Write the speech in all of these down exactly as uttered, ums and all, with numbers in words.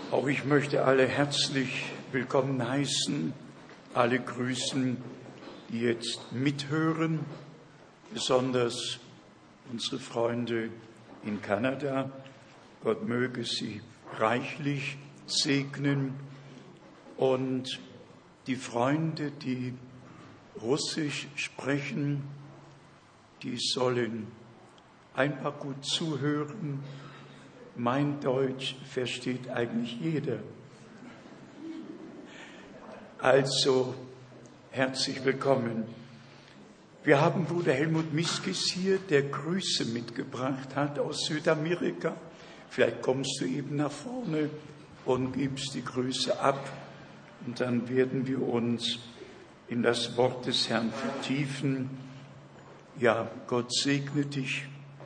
Auch ich möchte alle herzlich willkommen heißen, alle grüßen, die jetzt mithören, besonders unsere Freunde in Kanada. Gott möge sie reichlich segnen und die Freunde, die Russisch sprechen, die sollen einfach gut zuhören. Mein Deutsch versteht eigentlich jeder. Also, herzlich willkommen. Wir haben Bruder Helmut Miskis hier, der Grüße mitgebracht hat aus Südamerika. Vielleicht kommst du eben nach vorne und gibst die Grüße ab. Und dann werden wir uns in das Wort des Herrn vertiefen. Ja, Gott segne dich.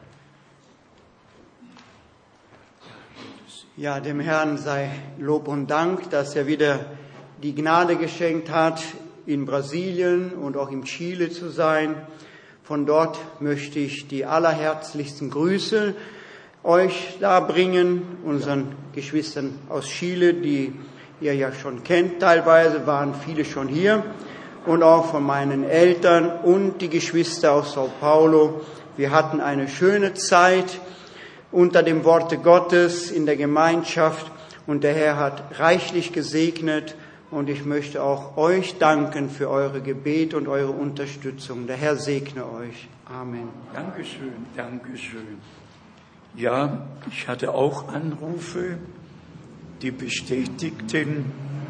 Ja, dem Herrn sei Lob und Dank, dass er wieder die Gnade geschenkt hat, in Brasilien und auch in Chile zu sein. Von dort möchte ich die allerherzlichsten Grüße euch darbringen, unseren Geschwistern aus Chile, die ihr ja schon kennt. Teilweise waren viele schon hier. Und auch von meinen Eltern und die Geschwister aus Sao Paulo. Wir hatten eine schöne Zeit unter dem Worte Gottes in der Gemeinschaft und der Herr hat reichlich gesegnet und ich möchte auch euch danken für eure Gebete und eure Unterstützung. Der Herr segne euch. Amen. Dankeschön, Dankeschön. Ja, ich hatte auch Anrufe, die bestätigten,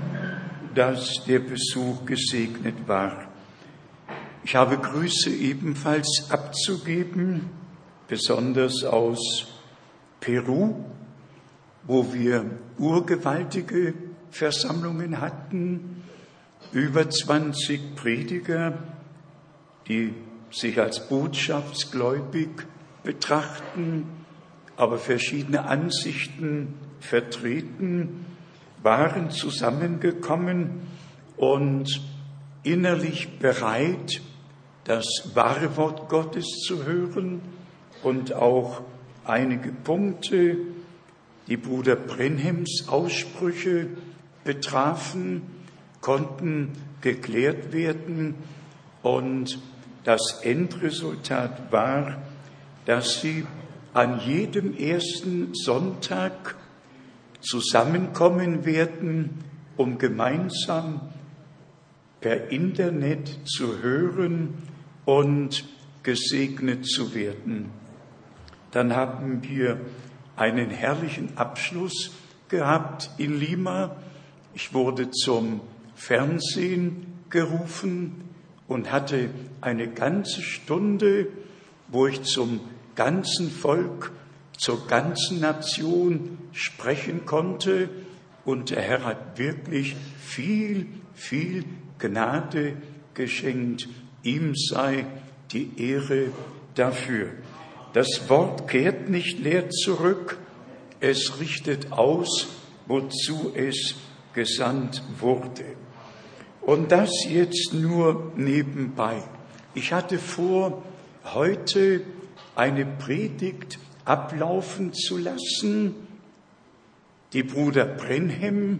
dass der Besuch gesegnet war. Ich habe Grüße ebenfalls abzugeben, besonders aus Peru, wo wir urgewaltige Versammlungen hatten, über zwanzig Prediger, die sich als botschaftsgläubig betrachten, aber verschiedene Ansichten vertreten, waren zusammengekommen und innerlich bereit, das wahre Wort Gottes zu hören und auch einige Punkte, die Bruder Brenhems Aussprüche betrafen, konnten geklärt werden und das Endresultat war, dass sie an jedem ersten Sonntag zusammenkommen werden, um gemeinsam per Internet zu hören und gesegnet zu werden. Dann haben wir einen herrlichen Abschluss gehabt in Lima. Ich wurde zum Fernsehen gerufen und hatte eine ganze Stunde, wo ich zum ganzen Volk, zur ganzen Nation sprechen konnte. Und der Herr hat wirklich viel, viel Gnade geschenkt. Ihm sei die Ehre dafür. Das Wort kehrt nicht leer zurück, es richtet aus, wozu es gesandt wurde. Und das jetzt nur nebenbei. Ich hatte vor, heute eine Predigt ablaufen zu lassen, die Bruder Brenhem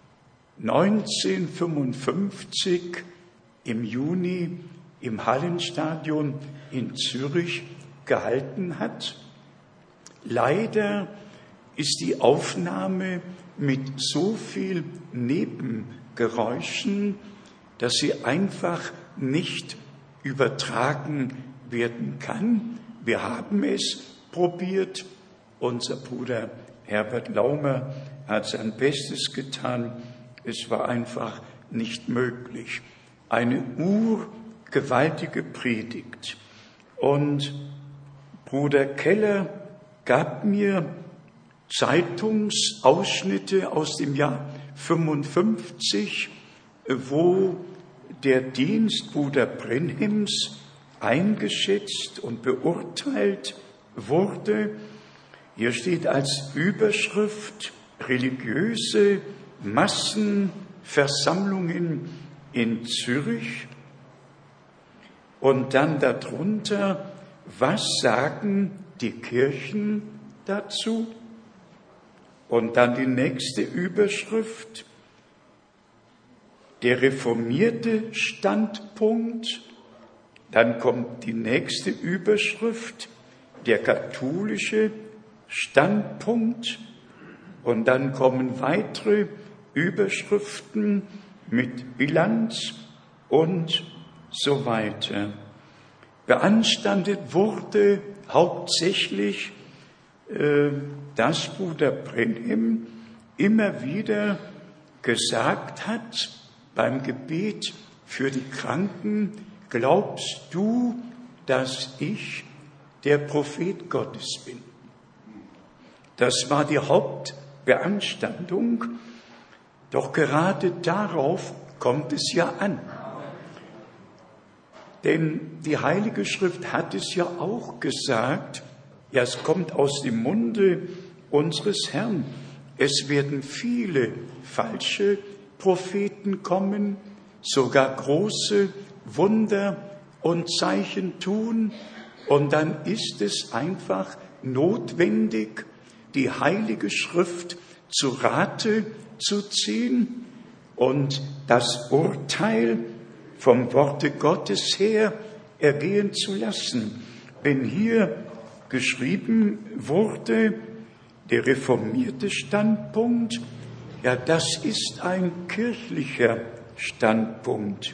neunzehnhundertfünfundfünfzig im Juni im Hallenstadion in Zürich gehalten hat. Leider ist die Aufnahme mit so viel Nebengeräuschen, dass sie einfach nicht übertragen werden kann. Wir haben es probiert. Unser Bruder Herbert Laumer hat sein Bestes getan. Es war einfach nicht möglich. Eine urgewaltige Predigt. Und Bruder Keller gab mir Zeitungsausschnitte aus dem Jahr fünfundfünfzig, wo der Dienst Bruder Brenhems eingeschätzt und beurteilt wurde. Hier steht als Überschrift religiöse Massenversammlungen in Zürich und dann darunter, was sagen die Kirchen dazu? Und dann die nächste Überschrift, der reformierte Standpunkt. Dann kommt die nächste Überschrift, der katholische Standpunkt. Und dann kommen weitere Überschriften mit Bilanz und so weiter. Beanstandet wurde hauptsächlich, äh, dass Bruder Brenhem immer wieder gesagt hat, beim Gebet für die Kranken, glaubst du, dass ich der Prophet Gottes bin? Das war die Hauptbeanstandung, doch gerade darauf kommt es ja an. Denn die Heilige Schrift hat es ja auch gesagt, ja, es kommt aus dem Munde unseres Herrn. Es werden viele falsche Propheten kommen, sogar große Wunder und Zeichen tun. Und dann ist es einfach notwendig, die Heilige Schrift zu Rate zu ziehen und das Urteil vom Worte Gottes her ergehen zu lassen. Wenn hier geschrieben wurde, der reformierte Standpunkt, ja, das ist ein kirchlicher Standpunkt.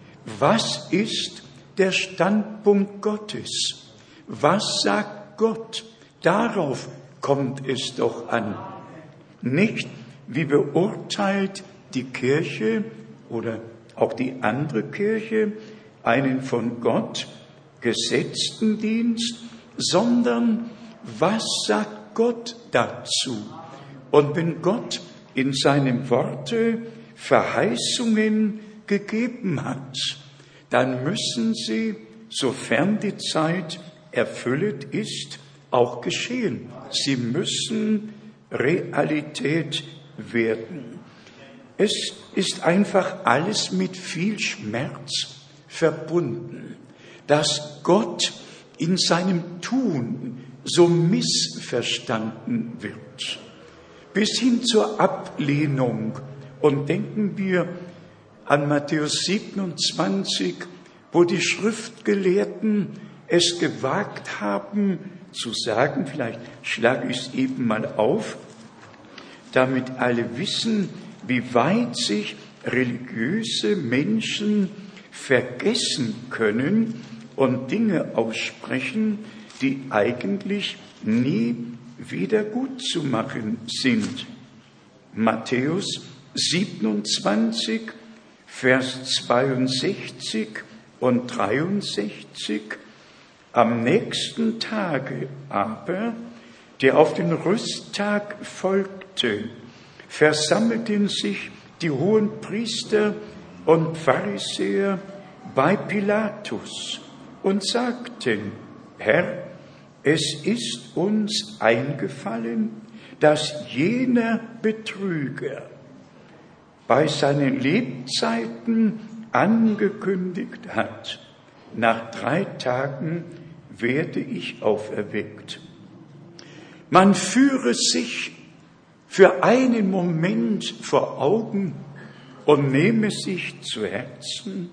Was ist der Standpunkt Gottes? Was sagt Gott? Darauf kommt es doch an. Nicht, wie beurteilt die Kirche oder auch die andere Kirche einen von Gott gesetzten Dienst, sondern was sagt Gott dazu? Und wenn Gott in seinem Worte Verheißungen gegeben hat, dann müssen sie, sofern die Zeit erfüllt ist, auch geschehen. Sie müssen Realität werden. Es ist einfach alles mit viel Schmerz verbunden, dass Gott in seinem Tun so missverstanden wird, bis hin zur Ablehnung. Und denken wir an Matthäus siebenundzwanzig, wo die Schriftgelehrten es gewagt haben zu sagen, vielleicht schlage ich es eben mal auf, damit alle wissen, wie weit sich religiöse Menschen vergessen können und Dinge aussprechen, die eigentlich nie wieder gut zu machen sind. Matthäus siebenundzwanzig, Vers zweiundsechzig und dreiundsechzig. Am nächsten Tage aber, der auf den Rüsttag folgte, versammelten sich die Hohenpriester und Pharisäer bei Pilatus und sagten, Herr, es ist uns eingefallen, dass jener Betrüger bei seinen Lebzeiten angekündigt hat, nach drei Tagen werde ich auferweckt. Man führe sich für einen Moment vor Augen und nehme sich zu Herzen,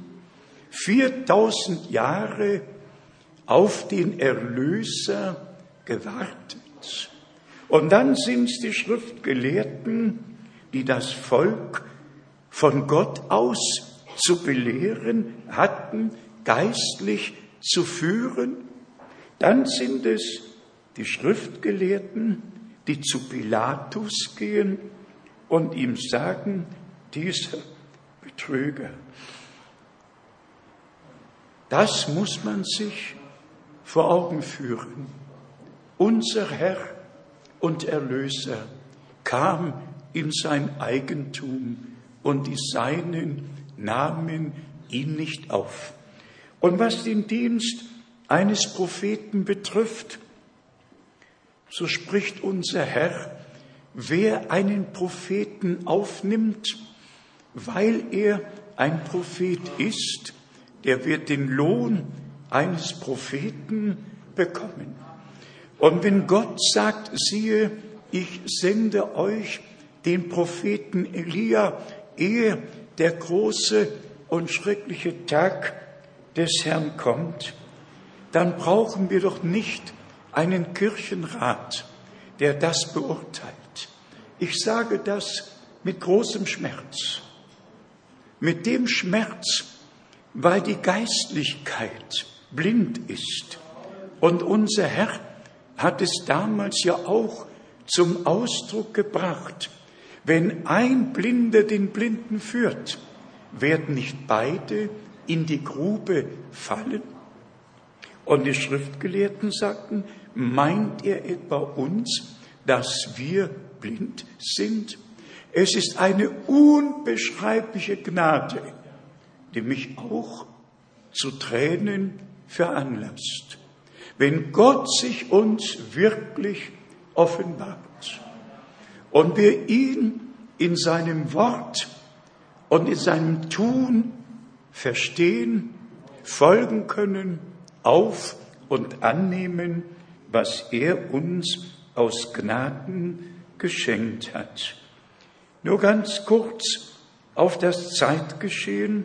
viertausend Jahre auf den Erlöser gewartet. Und dann sind es die Schriftgelehrten, die das Volk von Gott aus zu belehren hatten, geistlich zu führen. Dann sind es die Schriftgelehrten, die zu Pilatus gehen und ihm sagen, dieser Betrüger. Das muss man sich vor Augen führen. Unser Herr und Erlöser kam in sein Eigentum und die Seinen nahmen ihn nicht auf. Und was den Dienst eines Propheten betrifft, so spricht unser Herr, wer einen Propheten aufnimmt, weil er ein Prophet ist, der wird den Lohn eines Propheten bekommen. Und wenn Gott sagt, siehe, ich sende euch den Propheten Elia, ehe der große und schreckliche Tag des Herrn kommt, dann brauchen wir doch nicht einen Kirchenrat, der das beurteilt. Ich sage das mit großem Schmerz. Mit dem Schmerz, weil die Geistlichkeit blind ist. Und unser Herr hat es damals ja auch zum Ausdruck gebracht. Wenn ein Blinder den Blinden führt, werden nicht beide in die Grube fallen? Und die Schriftgelehrten sagten, meint er etwa uns, dass wir blind sind? Es ist eine unbeschreibliche Gnade, die mich auch zu Tränen veranlasst. Wenn Gott sich uns wirklich offenbart und wir ihn in seinem Wort und in seinem Tun verstehen, folgen können, auf und annehmen, was er uns aus Gnaden geschenkt hat. Nur ganz kurz auf das Zeitgeschehen,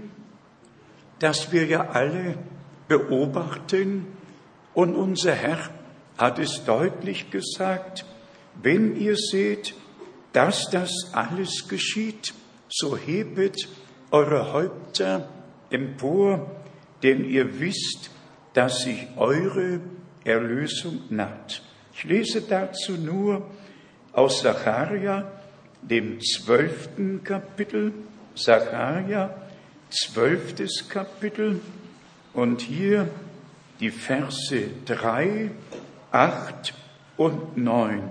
das wir ja alle beobachten, und unser Herr hat es deutlich gesagt, wenn ihr seht, dass das alles geschieht, so hebet eure Häupter empor, denn ihr wisst, dass sich eure Erlösung naht. Ich lese dazu nur aus Sacharja, dem zwölften Kapitel, Sacharja, zwölftes Kapitel, und hier die Verse drei, acht und neun.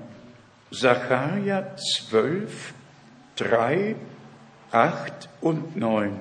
Sacharja zwölf, drei, acht und neun.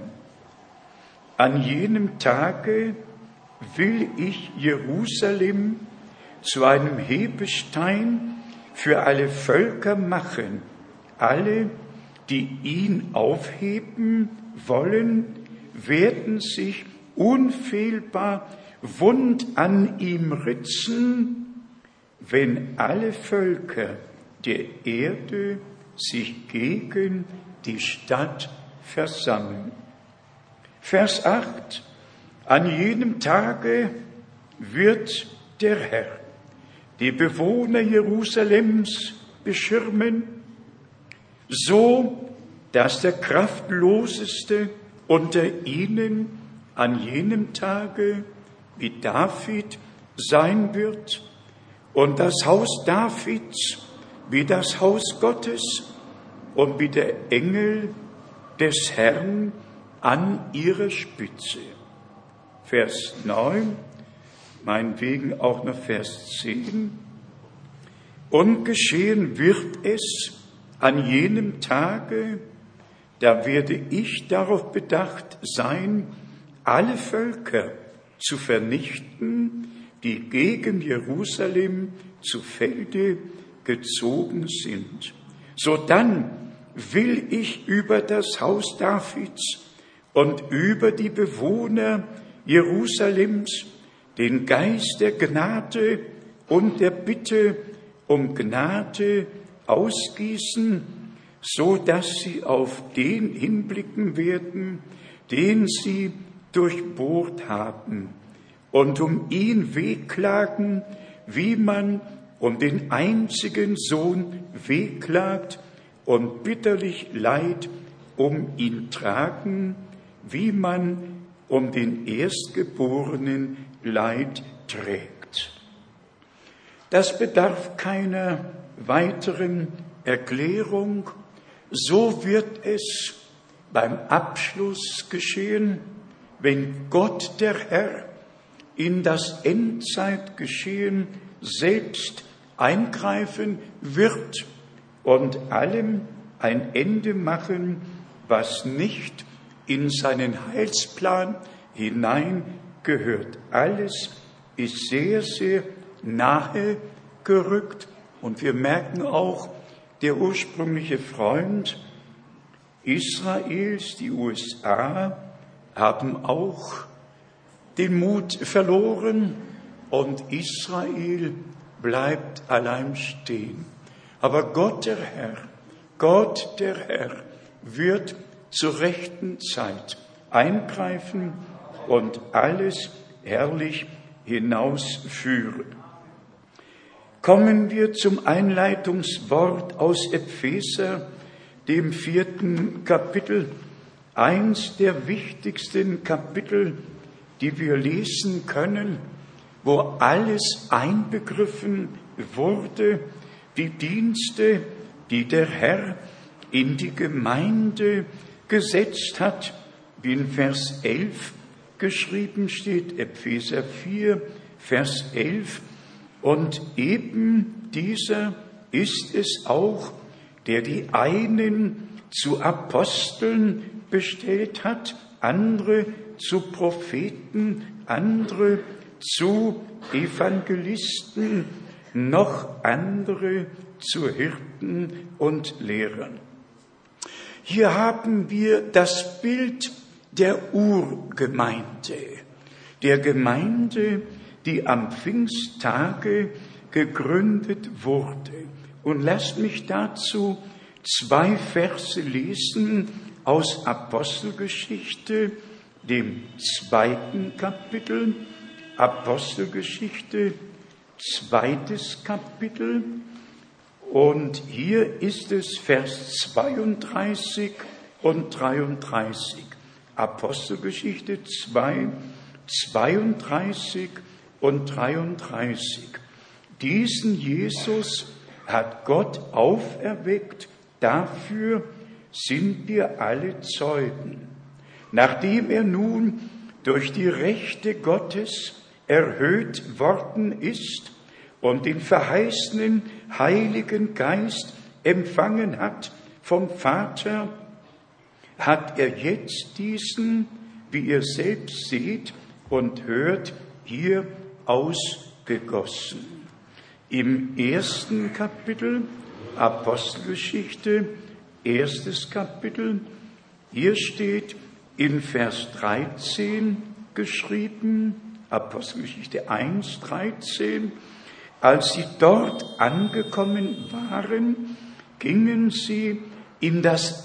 An jenem Tage will ich Jerusalem zu einem Hebestein für alle Völker machen. Alle, die ihn aufheben wollen, werden sich unfehlbar wund an ihm ritzen, wenn alle Völker der Erde sich gegen die Stadt versammeln. Vers acht. An jenem Tage wird der Herr die Bewohner Jerusalems beschirmen, so dass der Kraftloseste unter ihnen an jenem Tage wie David sein wird und das Haus Davids wie das Haus Gottes und wie der Engel des Herrn an ihrer Spitze. Vers neun, meinetwegen auch noch Vers zehn. Und geschehen wird es an jenem Tage, da werde ich darauf bedacht sein, alle Völker zu vernichten, die gegen Jerusalem zu Felde gezogen sind. Sodann will ich über das Haus Davids und über die Bewohner Jerusalems den Geist der Gnade und der Bitte um Gnade ausgießen, so dass sie auf den hinblicken werden, den sie durchbohrt haben, und um ihn wehklagen, wie man um den einzigen Sohn wehklagt, und bitterlich Leid um ihn tragen, wie man um den Erstgeborenen Leid trägt. Das bedarf keiner weiteren Erklärung. So wird es beim Abschluss geschehen, wenn Gott der Herr in das Endzeitgeschehen selbst eingreifen wird und allem ein Ende machen, was nicht in seinen Heilsplan hineingehört. Alles ist sehr, sehr nahe gerückt, und wir merken auch, der ursprüngliche Freund Israels, die U S A, haben auch den Mut verloren, und Israel bleibt allein stehen. Aber Gott der Herr, Gott der Herr wird zur rechten Zeit eingreifen und alles herrlich hinausführen. Kommen wir zum Einleitungswort aus Epheser, dem vierten Kapitel, eins der wichtigsten Kapitel, die wir lesen können, wo alles einbegriffen wurde, die Dienste, die der Herr in die Gemeinde gesetzt hat, wie in Vers elf geschrieben steht, Epheser vier, Vers elf. Und eben dieser ist es auch, der die einen zu Aposteln bestellt hat, andere zu Propheten, andere zu Evangelisten, noch andere zu Hirten und Lehrern. Hier haben wir das Bild der Urgemeinde, der Gemeinde, die am Pfingsttage gegründet wurde. Und lasst mich dazu zwei Verse lesen aus Apostelgeschichte, dem zweiten Kapitel, Apostelgeschichte, zweites Kapitel. Und hier ist es Vers zweiunddreißig und dreiunddreißig. Apostelgeschichte zwei, zweiunddreißig und dreiunddreißig. Diesen Jesus hat Gott auferweckt, dafür sind wir alle Zeugen. Nachdem er nun durch die Rechte Gottes erhöht worden ist und den verheißenen Heiligen Geist empfangen hat vom Vater, hat er jetzt diesen, wie ihr selbst seht und hört, hier ausgegossen. Im ersten Kapitel, Apostelgeschichte, erstes Kapitel, hier steht in Vers dreizehn geschrieben, Apostelgeschichte eins, dreizehn, als sie dort angekommen waren, gingen sie in das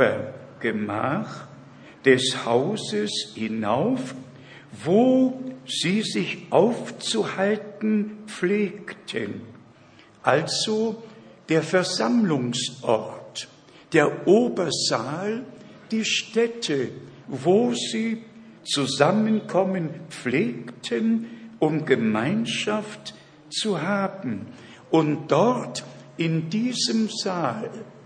Obergemach des Hauses hinauf, wo sie sich aufzuhalten pflegten. Also der Versammlungsort, der Obersaal, die Stätte, wo sie zusammenkommen pflegten, um Gemeinschaft zu haben. Und dort in diesem Saal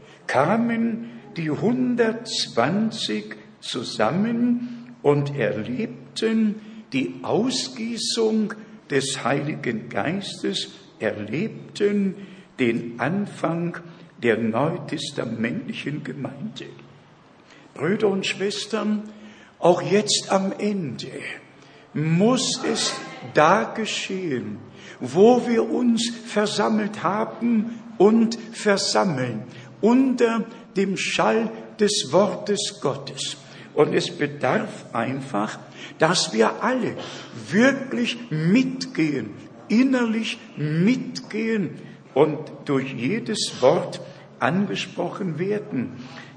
kamen die hundertzwanzig zusammen und erlebten die Ausgießung des Heiligen Geistes, erlebten den Anfang der neutestamentlichen Gemeinde. Brüder und Schwestern, auch jetzt am Ende muss es da geschehen, wo wir uns versammelt haben und versammeln, unter dem Schall des Wortes Gottes. Und es bedarf einfach, dass wir alle wirklich mitgehen, innerlich mitgehen und durch jedes Wort angesprochen werden.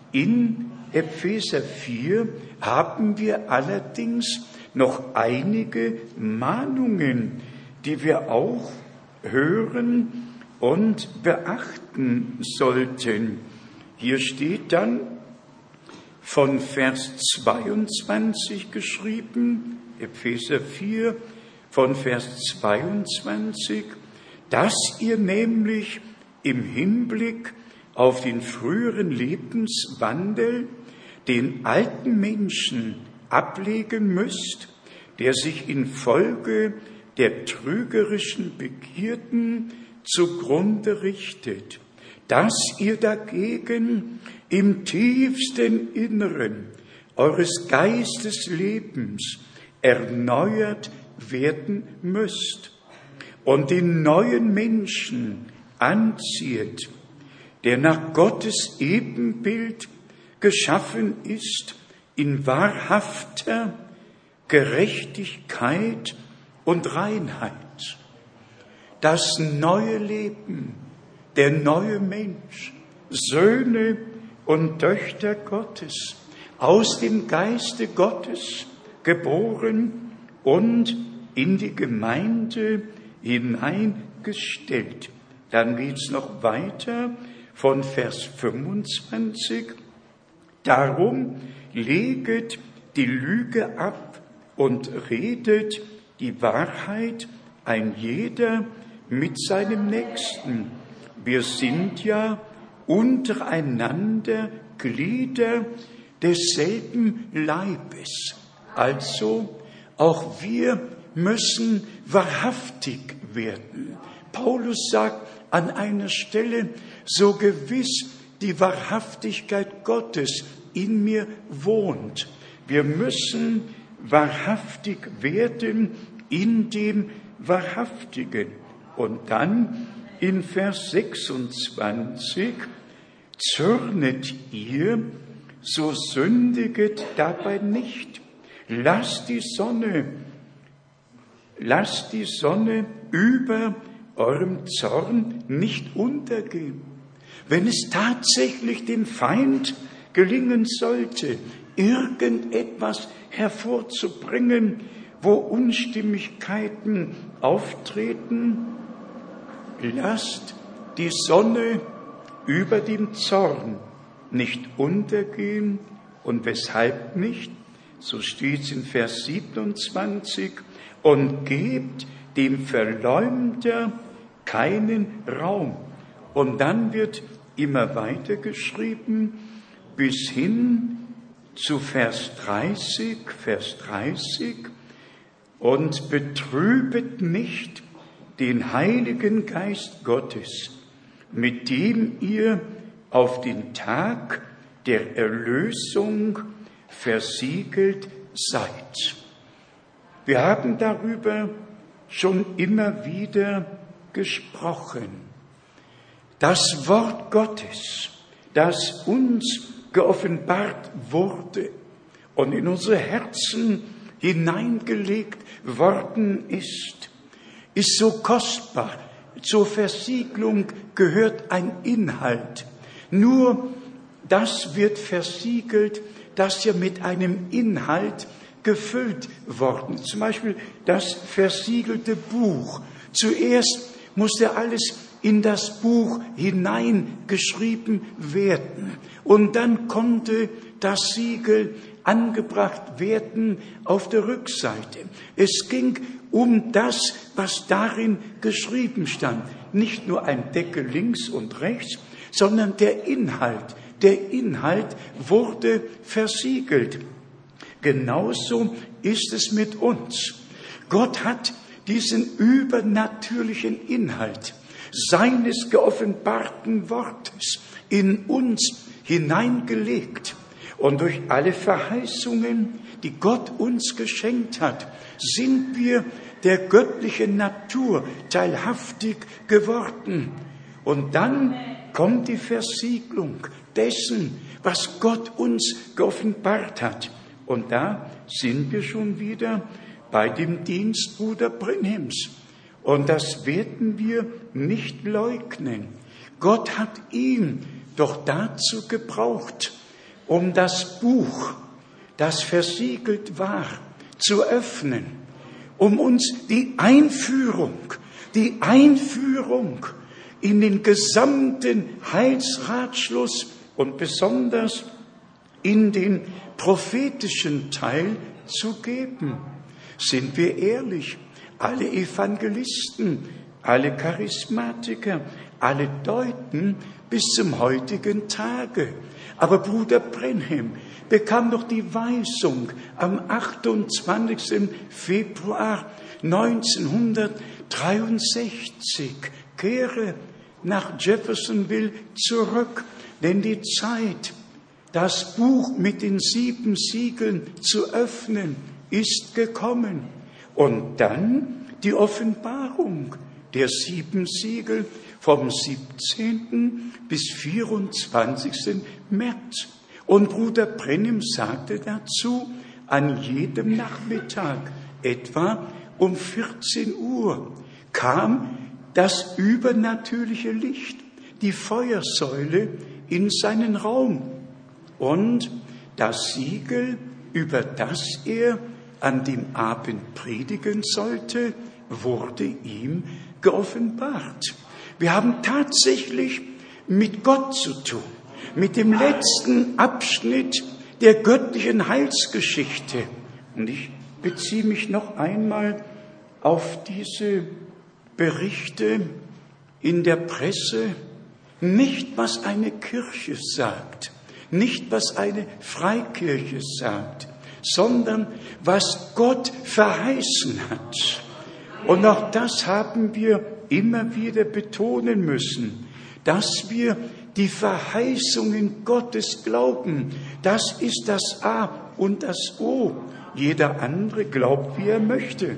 In Epheser vier haben wir allerdings noch einige Mahnungen, die wir auch hören und beachten sollten. Hier steht dann von Vers zweiundzwanzig geschrieben, Epheser vier, von Vers zweiundzwanzig, dass ihr nämlich im Hinblick auf den früheren Lebenswandel den alten Menschen ablegen müsst, der sich infolge der trügerischen Begierden zugrunde richtet, dass ihr dagegen im tiefsten Inneren eures Geisteslebens erneuert werden müsst und den neuen Menschen anzieht, der nach Gottes Ebenbild geschaffen ist, in wahrhafter Gerechtigkeit und Reinheit. Das neue Leben, der neue Mensch, Söhne und Töchter Gottes, aus dem Geiste Gottes geboren und in die Gemeinde hineingestellt. Dann geht's noch weiter von Vers fünfundzwanzig. Darum leget die Lüge ab und redet die Wahrheit ein jeder mit seinem Nächsten. Wir sind ja untereinander Glieder desselben Leibes. Also auch wir müssen wahrhaftig werden. Paulus sagt an einer Stelle, so gewiss die Wahrhaftigkeit Gottes in mir wohnt. Wir müssen wahrhaftig werden in dem Wahrhaftigen. Und dann in Vers sechsundzwanzig, zürnet ihr, so sündiget dabei nicht. Lasst die Sonne, lasst die Sonne über eurem Zorn nicht untergehen. Wenn es tatsächlich dem Feind gelingen sollte, irgendetwas hervorzubringen, wo Unstimmigkeiten auftreten, lasst die Sonne über dem Zorn nicht untergehen. Und weshalb nicht? So steht es in Vers siebenundzwanzig. Und gebt dem Verleumder keinen Raum. Und dann wird immer weiter geschrieben, bis hin zu Vers dreißig, Vers dreißig. Und betrübet nicht den Heiligen Geist Gottes, mit dem ihr auf den Tag der Erlösung versiegelt seid. Wir haben darüber schon immer wieder gesprochen. Das Wort Gottes, das uns geoffenbart wurde und in unsere Herzen hineingelegt worden ist, ist so kostbar. Zur Versiegelung gehört ein Inhalt. Nur das wird versiegelt, das ja mit einem Inhalt gefüllt worden ist. Zum Beispiel das versiegelte Buch. Zuerst musste alles in das Buch hineingeschrieben werden. Und dann konnte das Siegel angebracht werden auf der Rückseite. Es ging um das, was darin geschrieben stand. Nicht nur ein Deckel links und rechts, sondern der Inhalt. Der Inhalt wurde versiegelt. Genauso ist es mit uns. Gott hat diesen übernatürlichen Inhalt seines geoffenbarten Wortes in uns hineingelegt. Und durch alle Verheißungen, die Gott uns geschenkt hat, sind wir der göttlichen Natur teilhaftig geworden. Und dann kommt die Versiegelung dessen, was Gott uns geoffenbart hat. Und da sind wir schon wieder bei dem Dienst Bruder Brenhims. Und das werden wir nicht leugnen. Gott hat ihn doch dazu gebraucht, um das Buch, das versiegelt war, zu öffnen, um uns die Einführung, die Einführung in den gesamten Heilsratschluss und besonders in den prophetischen Teil zu geben. Sind wir ehrlich, alle Evangelisten, alle Charismatiker, alle deuten bis zum heutigen Tage. Aber Bruder Brenhim bekam doch die Weisung am achtundzwanzigsten Februar neunzehnhundertdreiundsechzig. Kehre nach Jeffersonville zurück, denn die Zeit, das Buch mit den sieben Siegeln zu öffnen, ist gekommen. Und dann die Offenbarung der sieben Siegel vom siebzehnten bis vierundzwanzigsten März. Und Bruder Brenhim sagte dazu, an jedem Nachmittag, etwa um vierzehn Uhr, kam das übernatürliche Licht, die Feuersäule in seinen Raum. Und das Siegel, über das er an dem Abend predigen sollte, wurde ihm geoffenbart. Wir haben tatsächlich mit Gott zu tun, mit dem letzten Abschnitt der göttlichen Heilsgeschichte. Und ich beziehe mich noch einmal auf diese Berichte in der Presse, nicht was eine Kirche sagt, nicht was eine Freikirche sagt, sondern was Gott verheißen hat. Und auch das haben wir immer wieder betonen müssen, dass wir die Verheißungen Gottes glauben. Das ist das A und das O. Jeder andere glaubt, wie er möchte.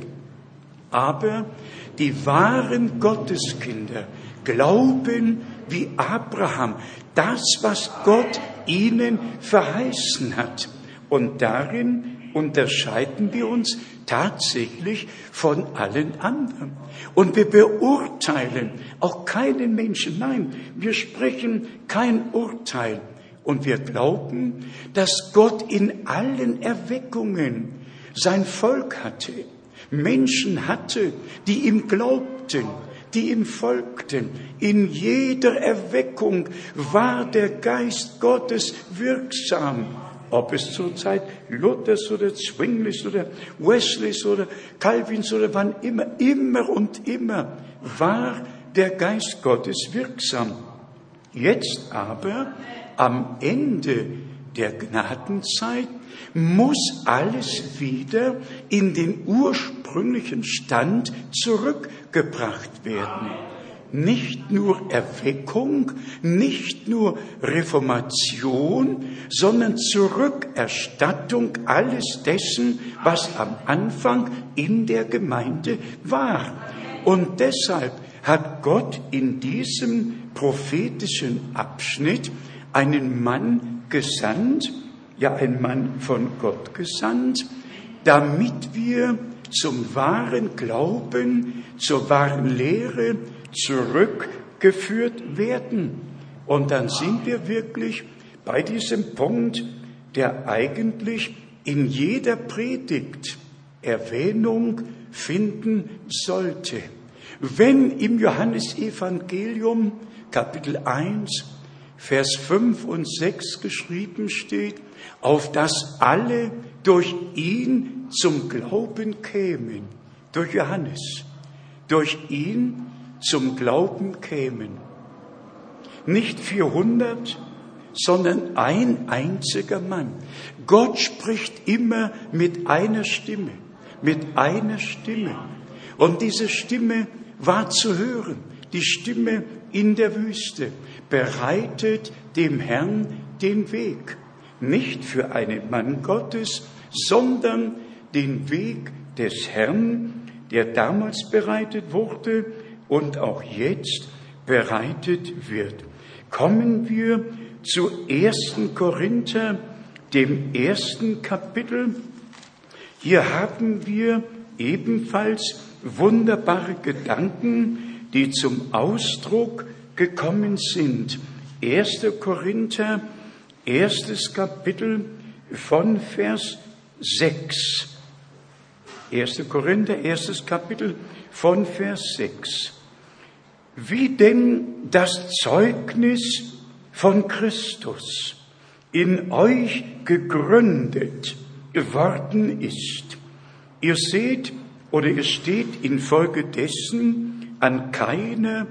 Aber die wahren Gotteskinder glauben wie Abraham, das, was Gott ihnen verheißen hat. Und darin unterscheiden wir uns tatsächlich von allen anderen. Und wir beurteilen auch keinen Menschen. Nein, wir sprechen kein Urteil. Und wir glauben, dass Gott in allen Erweckungen sein Volk hatte, Menschen hatte, die ihm glaubten, die ihm folgten. In jeder Erweckung war der Geist Gottes wirksam. Ob es zur Zeit Luthers oder Zwinglis oder Wesleys oder Calvins oder wann immer, immer und immer war der Geist Gottes wirksam. Jetzt aber, am Ende der Gnadenzeit, muss alles wieder in den ursprünglichen Stand zurückgebracht werden. Nicht nur Erweckung, nicht nur Reformation, sondern Zurückerstattung alles dessen, was am Anfang in der Gemeinde war. Und deshalb hat Gott in diesem prophetischen Abschnitt einen Mann gesandt, ja, ein Mann von Gott gesandt, damit wir zum wahren Glauben, zur wahren Lehre zurückgeführt werden. Und dann sind wir wirklich bei diesem Punkt, der eigentlich in jeder Predigt Erwähnung finden sollte. Wenn im Johannesevangelium Kapitel eins, Vers fünf und sechs geschrieben steht, auf dass alle durch ihn zum Glauben kämen, durch Johannes, durch ihn zum Glauben kämen. Nicht vierhundert, sondern ein einziger Mann. Gott spricht immer mit einer Stimme, mit einer Stimme. Und diese Stimme war zu hören, die Stimme in der Wüste, bereitet dem Herrn den Weg. Nicht für einen Mann Gottes, sondern den Weg des Herrn, der damals bereitet wurde und auch jetzt bereitet wird. Kommen wir zu ersten Korinther, dem ersten Kapitel. Hier haben wir ebenfalls wunderbare Gedanken, die zum Ausdruck gekommen sind. erster Korinther, erstes Kapitel von Vers sechs. erster Korinther, erstes Kapitel von Vers sechs. Wie denn das Zeugnis von Christus in euch gegründet worden ist. Ihr seht oder ihr steht infolgedessen an keiner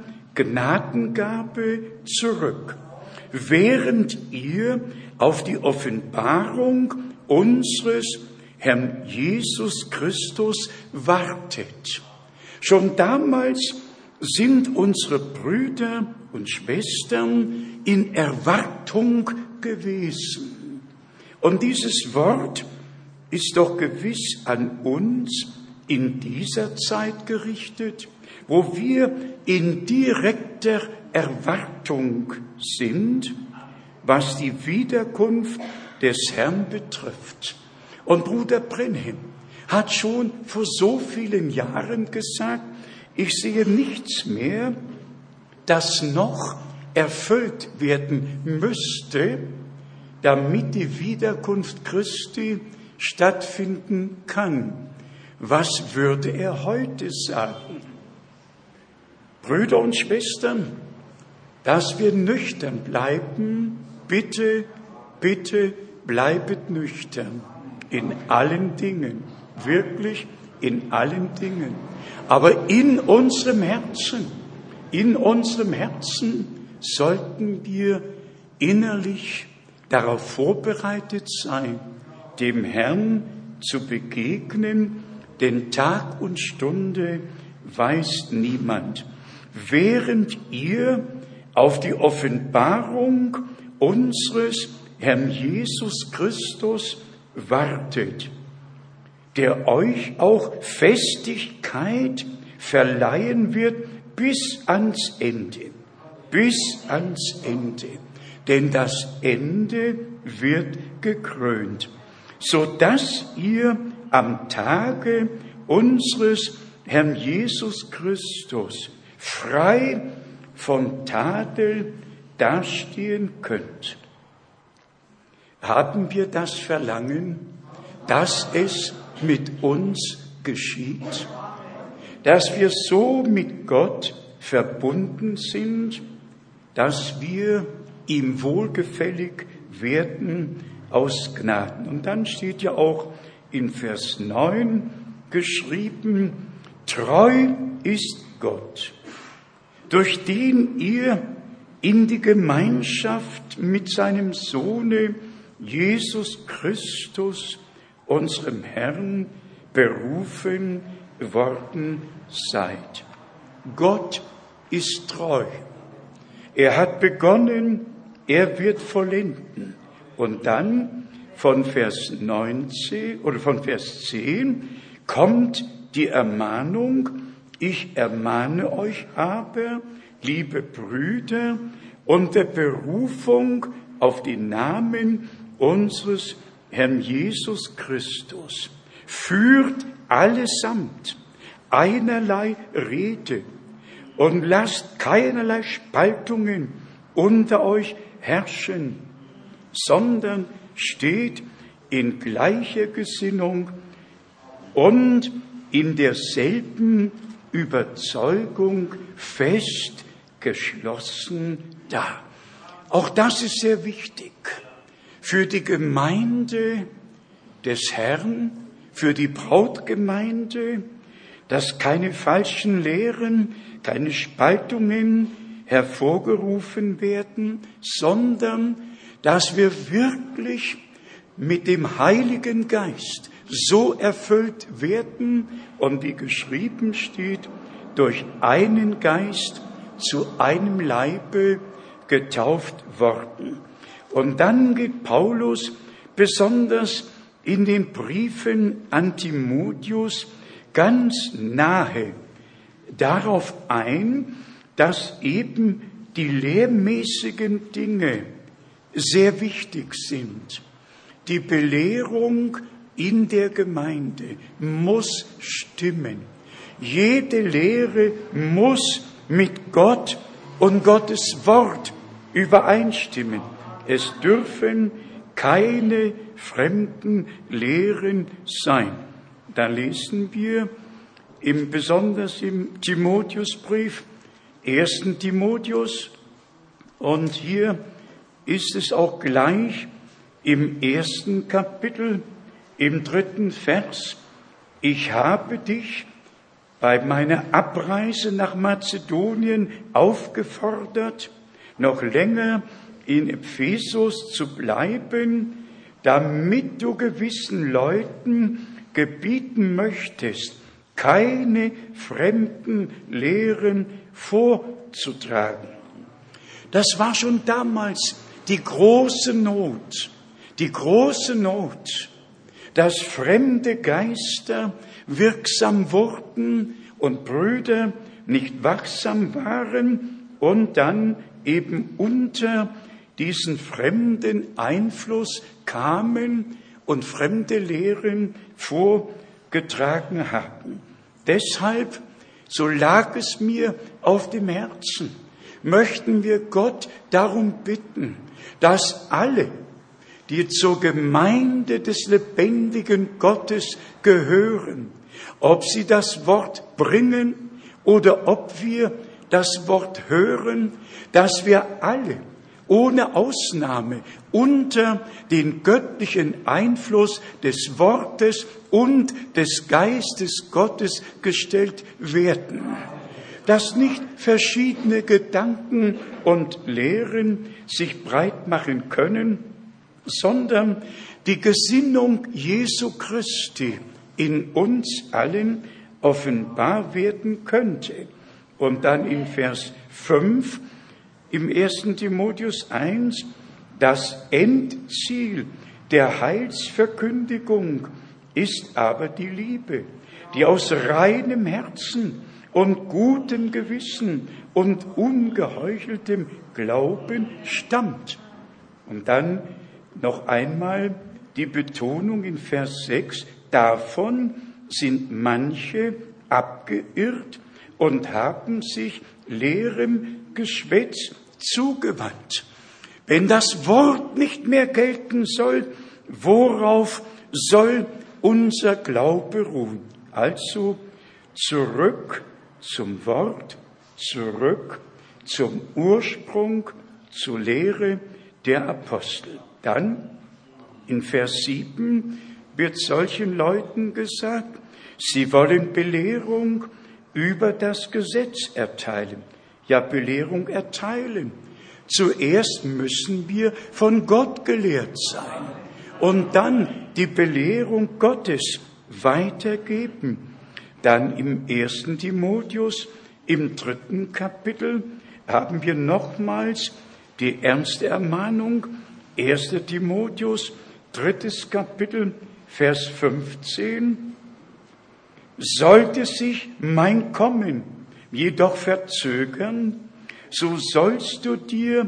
Gnadengabe zurück, während ihr auf die Offenbarung unseres Herrn Jesus Christus wartet. Schon damals sind unsere Brüder und Schwestern in Erwartung gewesen. Und dieses Wort ist doch gewiss an uns in dieser Zeit gerichtet, wo wir in direkter Erwartung sind, was die Wiederkunft des Herrn betrifft. Und Bruder Brenhem hat schon vor so vielen Jahren gesagt, ich sehe nichts mehr, das noch erfüllt werden müsste, damit die Wiederkunft Christi stattfinden kann. Was würde er heute sagen? Brüder und Schwestern, dass wir nüchtern bleiben, bitte, bitte bleibet nüchtern in allen Dingen, wirklich in allen Dingen. Aber in unserem Herzen, in unserem Herzen sollten wir innerlich darauf vorbereitet sein, dem Herrn zu begegnen, denn Tag und Stunde weiß niemand. Während ihr auf die Offenbarung unseres Herrn Jesus Christus wartet, der euch auch Festigkeit verleihen wird bis ans Ende, bis ans Ende. Denn das Ende wird gekrönt, so dass ihr am Tage unseres Herrn Jesus Christus frei von Tadel dastehen könnt. Haben wir das Verlangen, dass es mit uns geschieht, dass wir so mit Gott verbunden sind, dass wir ihm wohlgefällig werden aus Gnaden. Und dann steht ja auch in Vers neun geschrieben, treu ist Gott, durch den ihr in die Gemeinschaft mit seinem Sohne Jesus Christus, unserem Herrn, berufen worden seid. Gott ist treu. Er hat begonnen, er wird vollenden. Und dann von Vers neunzehn oder von Vers zehn kommt die Ermahnung, ich ermahne euch aber, liebe Brüder, unter Berufung auf den Namen unseres Herrn Jesus Christus, führt allesamt einerlei Rede und lasst keinerlei Spaltungen unter euch herrschen, sondern steht in gleicher Gesinnung und in derselben Überzeugung fest geschlossen da. Auch das ist sehr wichtig für die Gemeinde des Herrn, für die Brautgemeinde, dass keine falschen Lehren, keine Spaltungen hervorgerufen werden, sondern dass wir wirklich mit dem Heiligen Geist so erfüllt werden und wie geschrieben steht, durch einen Geist zu einem Leibe getauft worden. Und dann geht Paulus besonders in den Briefen an Timotheus ganz nahe darauf ein, dass eben die lehrmäßigen Dinge sehr wichtig sind. Die Belehrung in der Gemeinde muss stimmen. Jede Lehre muss mit Gott und Gottes Wort übereinstimmen. Es dürfen keine fremden Lehren sein. Da lesen wir im, besonders im Timotheusbrief, ersten Timotheus, und hier ist es auch gleich im ersten Kapitel, im dritten Vers, ich habe dich bei meiner Abreise nach Mazedonien aufgefordert, noch länger in Ephesus zu bleiben, damit du gewissen Leuten gebieten möchtest, keine fremden Lehren vorzutragen. Das war schon damals die große Not, die große Not, dass fremde Geister wirksam wurden und Brüder nicht wachsam waren und dann eben unter diesen fremden Einfluss kamen und fremde Lehren vorgetragen haben. Deshalb, so lag es mir auf dem Herzen, möchten wir Gott darum bitten, dass alle, die zur Gemeinde des lebendigen Gottes gehören, ob sie das Wort bringen oder ob wir das Wort hören, dass wir alle ohne Ausnahme unter den göttlichen Einfluss des Wortes und des Geistes Gottes gestellt werden. Dass nicht verschiedene Gedanken und Lehren sich breit machen können, sondern die Gesinnung Jesu Christi in uns allen offenbar werden könnte. Und dann in Vers fünf im ersten Timotheus eins, das Endziel der Heilsverkündigung ist aber die Liebe, die aus reinem Herzen und gutem Gewissen und ungeheucheltem Glauben stammt. Und dann noch einmal die Betonung in Vers sechs, davon sind manche abgeirrt und haben sich leerem Geschwätz zugewandt. Wenn das Wort nicht mehr gelten soll, worauf soll unser Glaube ruhen? Also zurück zum Wort, zurück zum Ursprung, zur Lehre der Apostel. Dann in Vers sieben wird solchen Leuten gesagt, sie wollen Belehrung über das Gesetz erteilen. Ja, Belehrung erteilen. Zuerst müssen wir von Gott gelehrt sein und dann die Belehrung Gottes weitergeben. Dann im ersten Timotheus, im dritten Kapitel, haben wir nochmals die ernste Ermahnung. erster Timotheus, drittes Kapitel, Vers fünfzehn. Sollte sich mein Kommen jedoch verzögern, so sollst du dir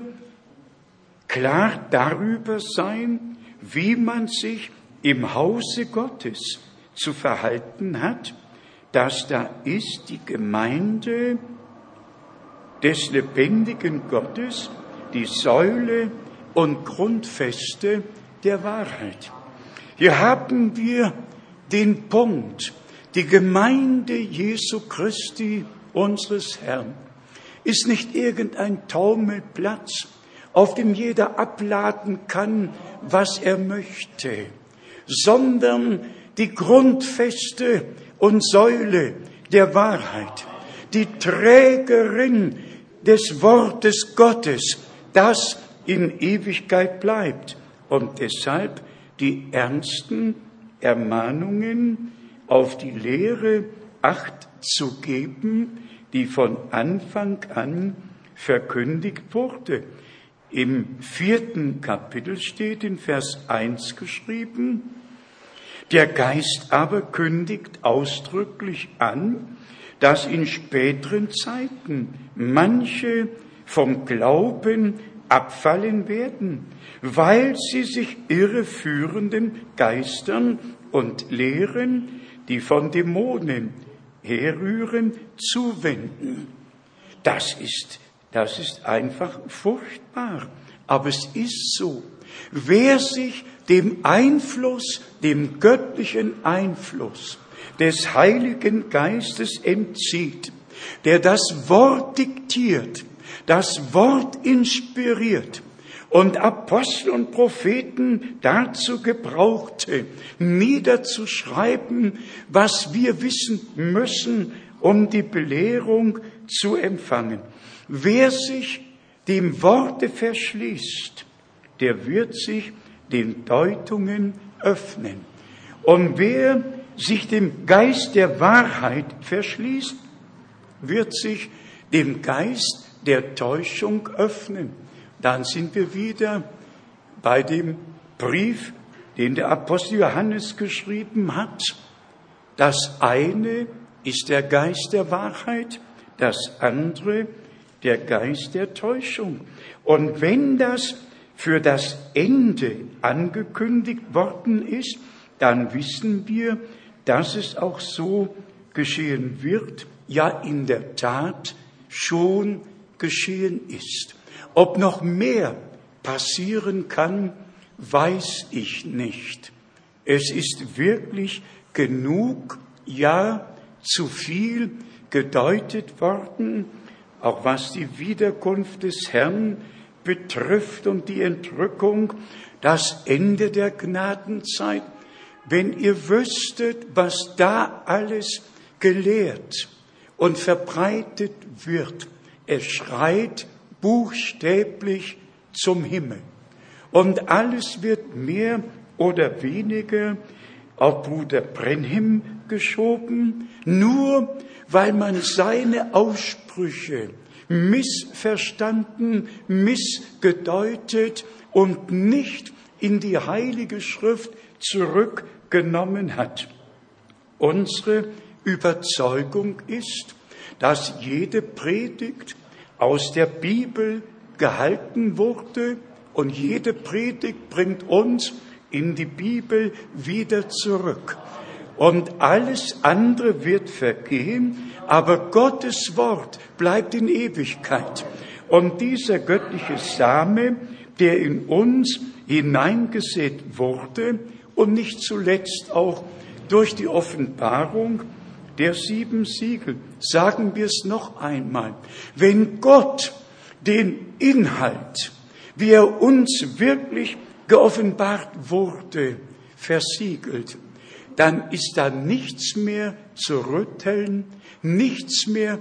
klar darüber sein, wie man sich im Hause Gottes zu verhalten hat, dass da ist die Gemeinde des lebendigen Gottes, die Säule und Grundfeste der Wahrheit. Hier haben wir den Punkt, die Gemeinde Jesu Christi, unseres Herrn, ist nicht irgendein Taumelplatz, auf dem jeder abladen kann, was er möchte, sondern die Grundfeste und Säule der Wahrheit, die Trägerin des Wortes Gottes, das in Ewigkeit bleibt und deshalb die ernsten Ermahnungen auf die Lehre Acht zu geben, die von Anfang an verkündigt wurde. Im vierten Kapitel steht in Vers eins geschrieben, der Geist aber kündigt ausdrücklich an, dass in späteren Zeiten manche vom Glauben abfallen werden, weil sie sich irreführenden Geistern und Lehren, die von Dämonen herrühren, zuwenden. Das ist, das ist einfach furchtbar. Aber es ist so. Wer sich dem Einfluss, dem göttlichen Einfluss des Heiligen Geistes entzieht, der das Wort diktiert, das Wort inspiriert und Apostel und Propheten dazu gebrauchte, niederzuschreiben, was wir wissen müssen, um die Belehrung zu empfangen. Wer sich dem Worte verschließt, der wird sich den Deutungen öffnen. Und wer sich dem Geist der Wahrheit verschließt, wird sich dem Geist der Täuschung öffnen. Dann sind wir wieder bei dem Brief, den der Apostel Johannes geschrieben hat. Das eine ist der Geist der Wahrheit, das andere der Geist der Täuschung. Und wenn das für das Ende angekündigt worden ist, dann wissen wir, dass es auch so geschehen wird, ja in der Tat schon geschehen ist. Ob noch mehr passieren kann, weiß ich nicht. Es ist wirklich genug, ja, zu viel gedeutet worden, auch was die Wiederkunft des Herrn betrifft und die Entrückung, das Ende der Gnadenzeit. Wenn ihr wüsstet, was da alles gelehrt und verbreitet wird, es schreit buchstäblich zum Himmel. Und alles wird mehr oder weniger auf Bruder Brenhim geschoben, nur weil man seine Aussprüche missverstanden, missgedeutet und nicht in die Heilige Schrift zurückgenommen hat. Unsere Überzeugung ist, dass jede Predigt aus der Bibel gehalten wurde und jede Predigt bringt uns in die Bibel wieder zurück. Und alles andere wird vergehen, aber Gottes Wort bleibt in Ewigkeit. Und dieser göttliche Same, der in uns hineingesät wurde und nicht zuletzt auch durch die Offenbarung der sieben Siegel, sagen wir es noch einmal, wenn Gott den Inhalt, wie er uns wirklich geoffenbart wurde, versiegelt, dann ist da nichts mehr zu rütteln, nichts mehr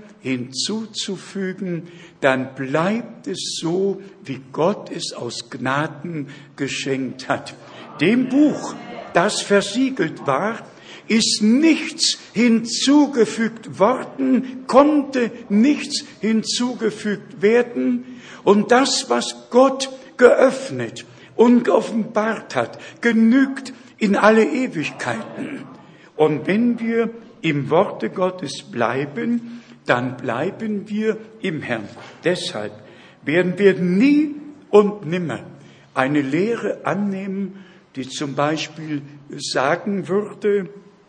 hinzuzufügen, dann bleibt es so, wie Gott es aus Gnaden geschenkt hat. Dem Buch, das versiegelt war, ist nichts hinzugefügt worden, konnte nichts hinzugefügt werden. Und das, was Gott geöffnet und geoffenbart hat, genügt in alle Ewigkeiten. Und wenn wir im Worte Gottes bleiben, dann bleiben wir im Herrn. Deshalb werden wir nie und nimmer eine Lehre annehmen, die zum Beispiel sagen würde,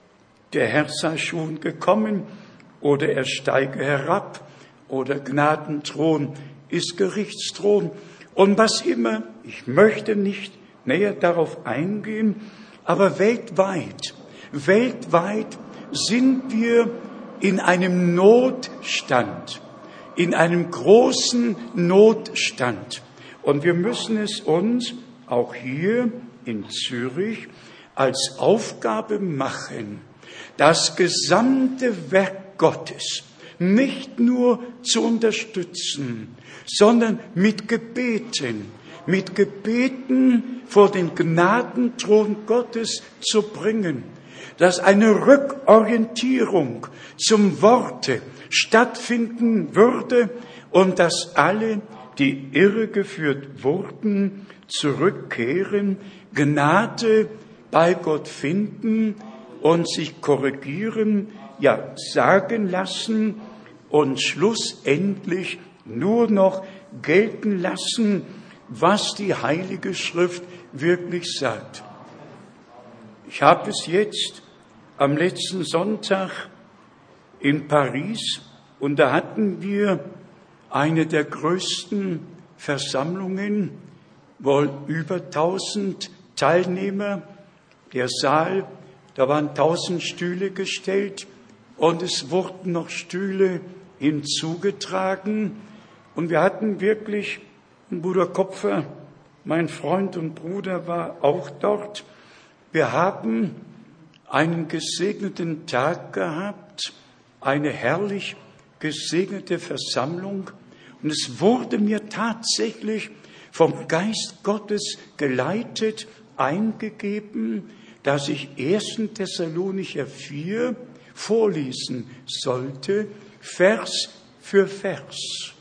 der Herr sei schon gekommen oder er steige herab oder Gnadenthron ist Gerichtsthron und was immer. Ich möchte nicht näher darauf eingehen, aber weltweit, weltweit sind wir in einem Notstand, in einem großen Notstand. Und wir müssen es uns auch hier in Zürich als Aufgabe machen, das gesamte Werk Gottes nicht nur zu unterstützen, sondern mit Gebeten, mit Gebeten vor den Gnadenthron Gottes zu bringen, dass eine Rückorientierung zum Worte stattfinden würde und dass alle, die irregeführt wurden, zurückkehren, Gnade bei Gott finden und sich korrigieren, ja sagen lassen und schlussendlich nur noch gelten lassen, was die Heilige Schrift wirklich sagt. Ich habe es jetzt am letzten Sonntag in Paris und da hatten wir eine der größten Versammlungen, wohl über tausend Teilnehmer. Der Saal, da waren tausend Stühle gestellt und es wurden noch Stühle hinzugetragen. Und wir hatten wirklich, Bruder Kopfer, mein Freund und Bruder, war auch dort. Wir haben einen gesegneten Tag gehabt, eine herrlich gesegnete Versammlung. Und es wurde mir tatsächlich vom Geist Gottes geleitet, eingegeben, dass ich ersten Thessalonicher vier vorlesen sollte, Vers für Vers.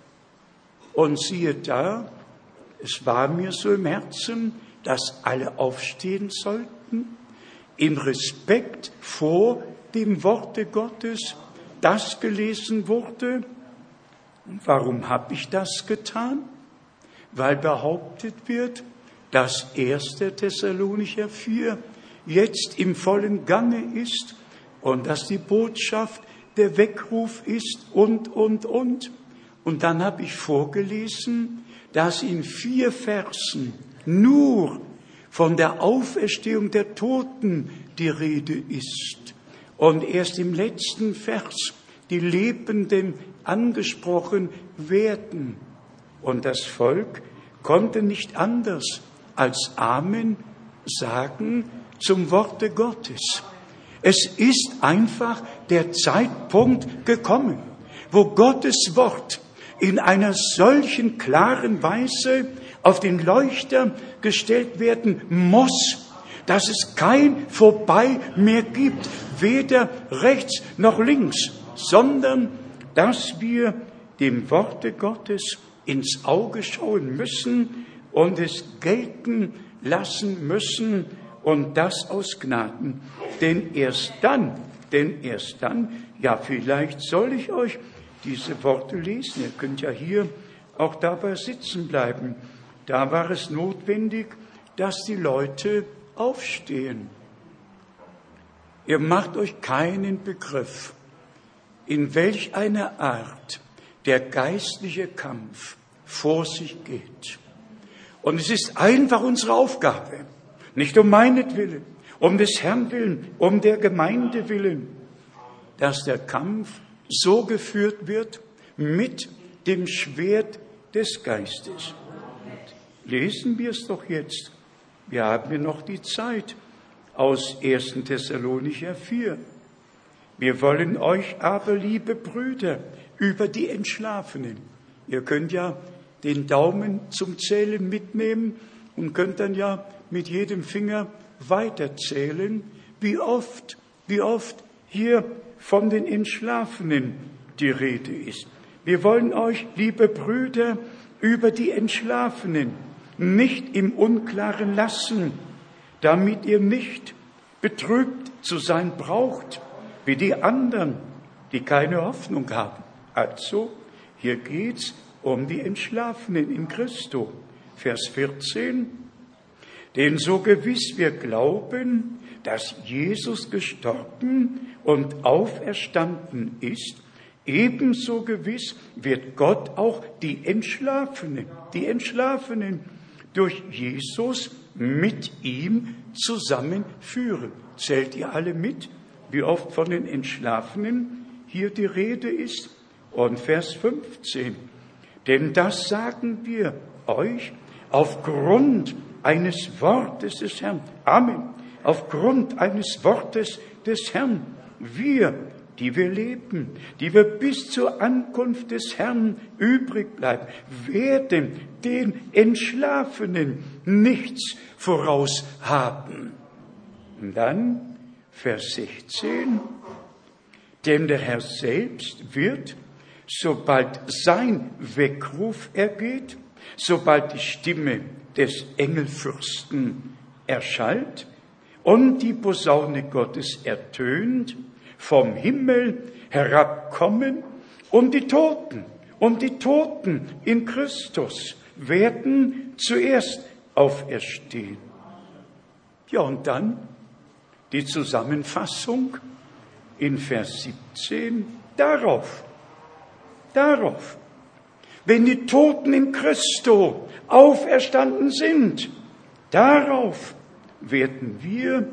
Und siehe da, es war mir so im Herzen, dass alle aufstehen sollten, im Respekt vor dem Worte Gottes, das gelesen wurde. Und warum habe ich das getan? Weil behauptet wird, dass ersten Thessalonicher vier jetzt im vollen Gange ist und dass die Botschaft der Weckruf ist und, und, und. Und dann habe ich vorgelesen, dass in vier Versen nur von der Auferstehung der Toten die Rede ist. Und erst im letzten Vers die Lebenden angesprochen werden. Und das Volk konnte nicht anders als Amen sagen zum Worte Gottes. Es ist einfach der Zeitpunkt gekommen, wo Gottes Wort in einer solchen klaren Weise auf den Leuchter gestellt werden muss, dass es kein Vorbei mehr gibt, weder rechts noch links, sondern dass wir dem Worte Gottes ins Auge schauen müssen und es gelten lassen müssen, und das aus Gnaden. Denn erst dann, denn erst dann, ja, vielleicht soll ich euch diese Worte lesen. Ihr könnt ja hier auch dabei sitzen bleiben. Da war es notwendig, dass die Leute aufstehen. Ihr macht euch keinen Begriff, in welch einer Art der geistliche Kampf vor sich geht. Und es ist einfach unsere Aufgabe, nicht um meinetwillen, um des Herrn willen, um der Gemeinde willen, dass der Kampf so geführt wird mit dem Schwert des Geistes. Lesen wir es doch jetzt. Wir haben ja noch die Zeit aus ersten Thessalonicher vier. Wir wollen euch aber, liebe Brüder, über die Entschlafenen. Ihr könnt ja den Daumen zum Zählen mitnehmen und könnt dann ja mit jedem Finger weiterzählen, wie oft, wie oft hier von den Entschlafenen die Rede ist. Wir wollen euch, liebe Brüder, über die Entschlafenen nicht im Unklaren lassen, damit ihr nicht betrübt zu sein braucht, wie die anderen, die keine Hoffnung haben. Also, hier geht's um die Entschlafenen in Christo. Vers vierzehn. Denn so gewiss wir glauben, dass Jesus gestorben und auferstanden ist, ebenso gewiss wird Gott auch die Entschlafenen, die Entschlafenen durch Jesus mit ihm zusammenführen. Zählt ihr alle mit, wie oft von den Entschlafenen hier die Rede ist? Und Vers fünfzehn. Denn das sagen wir euch aufgrund eines Wortes des Herrn. Amen. Aufgrund eines Wortes des Herrn. Wir, die wir leben, die wir bis zur Ankunft des Herrn übrig bleiben, werden den Entschlafenen nichts voraus haben. Und dann Vers sechzehn. Denn der Herr selbst wird, sobald sein Weckruf ergeht, sobald die Stimme des Engelfürsten erschallt und die Posaune Gottes ertönt, vom Himmel herabkommen und die Toten, und die Toten in Christus werden zuerst auferstehen. Ja, und dann die Zusammenfassung in Vers siebzehn, darauf, darauf, wenn die Toten in Christo auferstanden sind, darauf werden wir,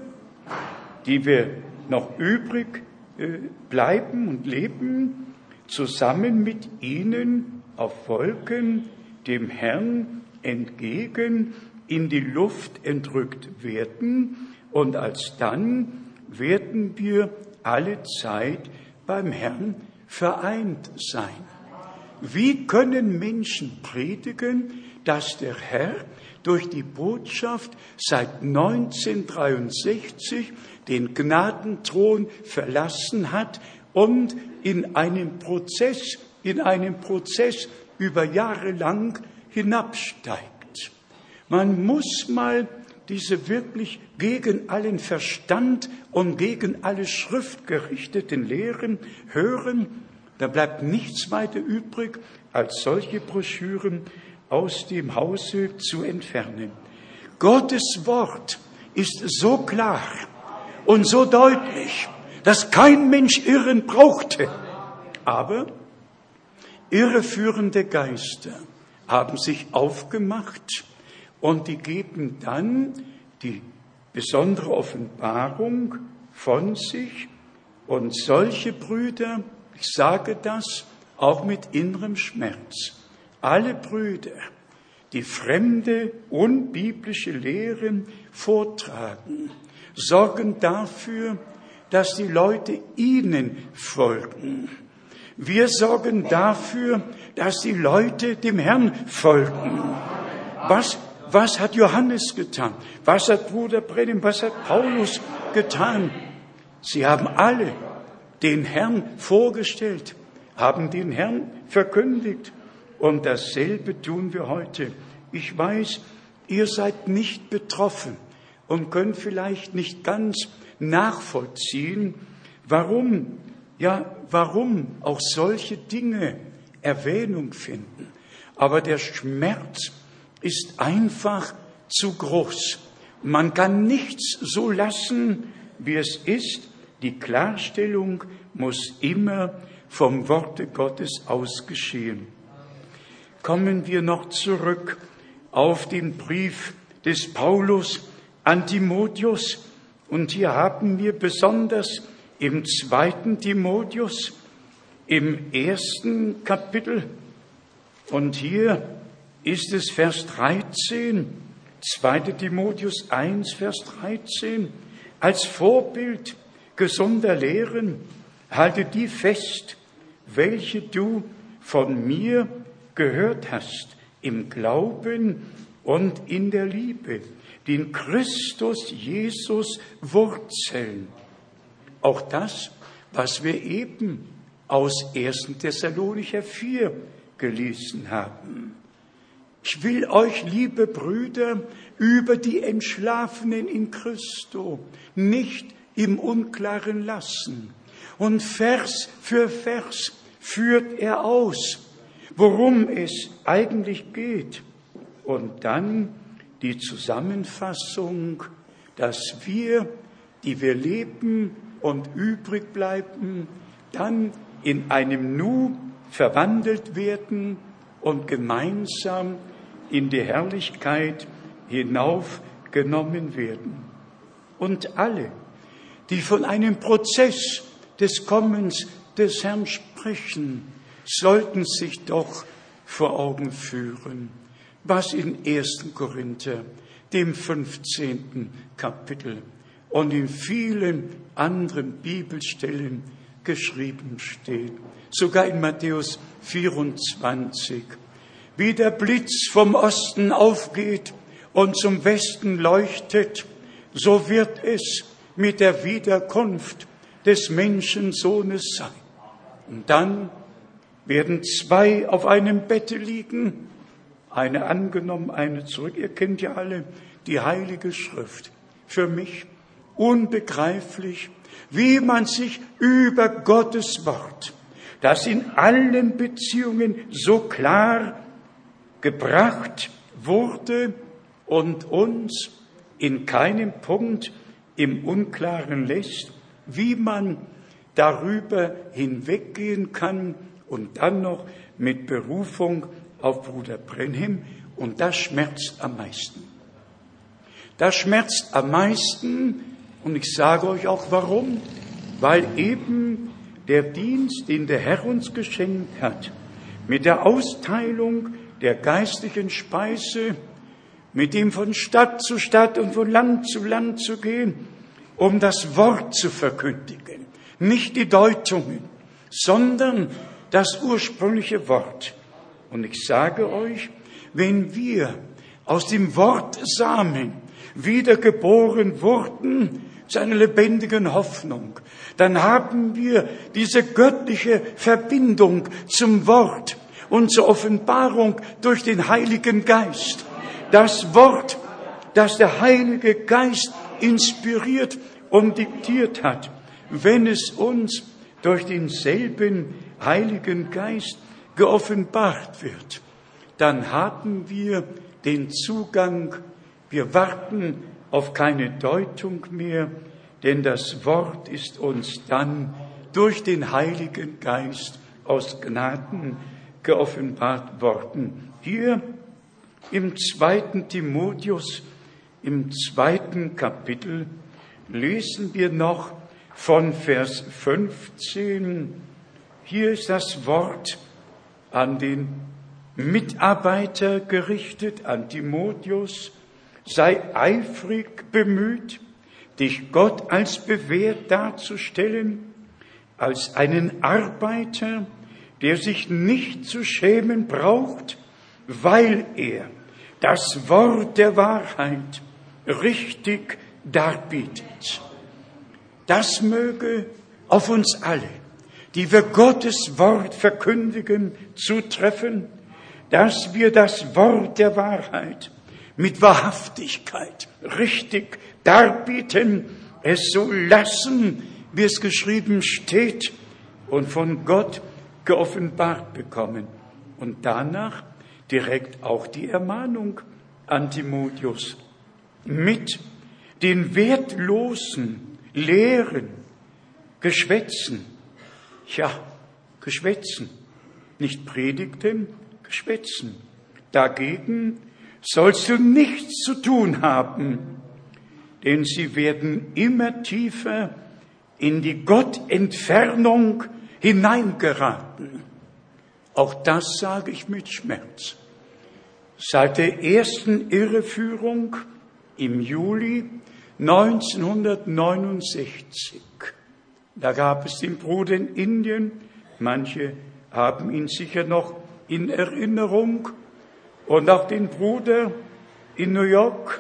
die wir noch übrig äh, bleiben und leben, zusammen mit ihnen auf Wolken dem Herrn entgegen in die Luft entrückt werden, und alsdann werden wir alle Zeit beim Herrn vereint sein. Wie können Menschen predigen, dass der Herr durch die Botschaft seit neunzehnhundertdreiundsechzig den Gnadenthron verlassen hat und in einem Prozess, in einem Prozess über Jahre lang hinabsteigt? Man muss mal diese wirklich gegen allen Verstand und gegen alle Schrift gerichteten Lehren hören. Da bleibt nichts weiter übrig, als solche Broschüren aus dem Hause zu entfernen. Gottes Wort ist so klar und so deutlich, dass kein Mensch irren brauchte. Aber irreführende Geister haben sich aufgemacht und die geben dann die besondere Offenbarung von sich. Und solche Brüder, ich sage das auch mit innerem Schmerz, alle Brüder, die fremde, unbiblische Lehren vortragen, sorgen dafür, dass die Leute ihnen folgen. Wir sorgen dafür, dass die Leute dem Herrn folgen. Was, was hat Johannes getan? Was hat Bruder Brennim, was hat Paulus getan? Sie haben alle den Herrn vorgestellt, haben den Herrn verkündigt. Und dasselbe tun wir heute. Ich weiß, ihr seid nicht betroffen und könnt vielleicht nicht ganz nachvollziehen, warum, ja, warum auch solche Dinge Erwähnung finden. Aber der Schmerz ist einfach zu groß. Man kann nichts so lassen, wie es ist. Die Klarstellung muss immer vom Worte Gottes aus geschehen. Kommen wir noch zurück auf den Brief des Paulus an Timotheus. Und hier haben wir besonders im zweiten Timotheus, im ersten Kapitel, und hier ist es Vers dreizehn, zweiter Timotheus eins, Vers dreizehn, als Vorbild gesunder Lehren, halte die fest, welche du von mir gehört hast, im Glauben und in der Liebe, die in Christus Jesus wurzeln. Auch das, was wir eben aus ersten Thessalonicher vier gelesen haben. Ich will euch, liebe Brüder, über die Entschlafenen in Christo nicht im Unklaren lassen. Und Vers für Vers führt er aus, worum es eigentlich geht. Und dann die Zusammenfassung, dass wir, die wir leben und übrig bleiben, dann in einem Nu verwandelt werden und gemeinsam in die Herrlichkeit hinaufgenommen werden. Und alle, die von einem Prozess des Kommens des Herrn sprechen, sollten sich doch vor Augen führen, was in ersten Korinther, dem fünfzehnten Kapitel und in vielen anderen Bibelstellen geschrieben steht. Sogar in Matthäus vierundzwanzig. Wie der Blitz vom Osten aufgeht und zum Westen leuchtet, so wird es mit der Wiederkunft des Menschensohnes sein. Und dann werden zwei auf einem Bette liegen, eine angenommen, eine zurück. Ihr kennt ja alle die Heilige Schrift. Für mich unbegreiflich, wie man sich über Gottes Wort, das in allen Beziehungen so klar gebracht wurde und uns in keinem Punkt im Unklaren lässt, wie man darüber hinweggehen kann und dann noch mit Berufung auf Bruder Brennim. Und das schmerzt am meisten. Das schmerzt am meisten, und ich sage euch auch warum, weil eben der Dienst, den der Herr uns geschenkt hat, mit der Austeilung der geistlichen Speise, mit dem von Stadt zu Stadt und von Land zu Land zu gehen, um das Wort zu verkündigen, nicht die Deutungen, sondern das ursprüngliche Wort. Und ich sage euch, wenn wir aus dem Wortsamen wiedergeboren wurden zu einer lebendigen Hoffnung, dann haben wir diese göttliche Verbindung zum Wort und zur Offenbarung durch den Heiligen Geist. Das Wort, das der Heilige Geist inspiriert und diktiert hat, wenn es uns durch denselben Heiligen Geist geoffenbart wird, dann haben wir den Zugang, wir warten auf keine Deutung mehr, denn das Wort ist uns dann durch den Heiligen Geist aus Gnaden geoffenbart worden. Hier im zweiten Timotheus, im zweiten Kapitel, lesen wir noch von Vers fünfzehn. Hier ist das Wort an den Mitarbeiter gerichtet, an Timotheus. Sei eifrig bemüht, dich Gott als bewährt darzustellen, als einen Arbeiter, der sich nicht zu schämen braucht, weil er das Wort der Wahrheit richtig darbietet. Das möge auf uns alle, die wir Gottes Wort verkündigen, zutreffen, dass wir das Wort der Wahrheit mit Wahrhaftigkeit richtig darbieten, es so lassen, wie es geschrieben steht und von Gott geoffenbart bekommen. Und danach direkt auch die Ermahnung an Timotheus. Mit den wertlosen Lehren, Geschwätzen, ja, Geschwätzen, nicht Predigten, Geschwätzen. Dagegen sollst du nichts zu tun haben, denn sie werden immer tiefer in die Gottentfernung hineingeraten. Auch das sage ich mit Schmerz. Seit der ersten Irreführung im Juli neunzehnhundertneunundsechzig, da gab es den Bruder in Indien, manche haben ihn sicher noch in Erinnerung, und auch den Bruder in New York.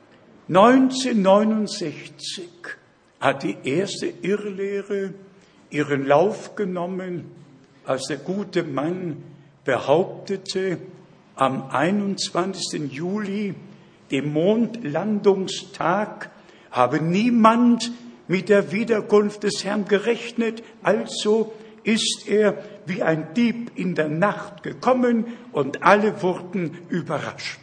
neunzehnhundertneunundsechzig hat die erste Irrlehre ihren Lauf genommen, als der gute Mann behauptete, am einundzwanzigsten Juli, dem Mondlandungstag, habe niemand mit der Wiederkunft des Herrn gerechnet, also ist er wie ein Dieb in der Nacht gekommen und alle wurden überrascht.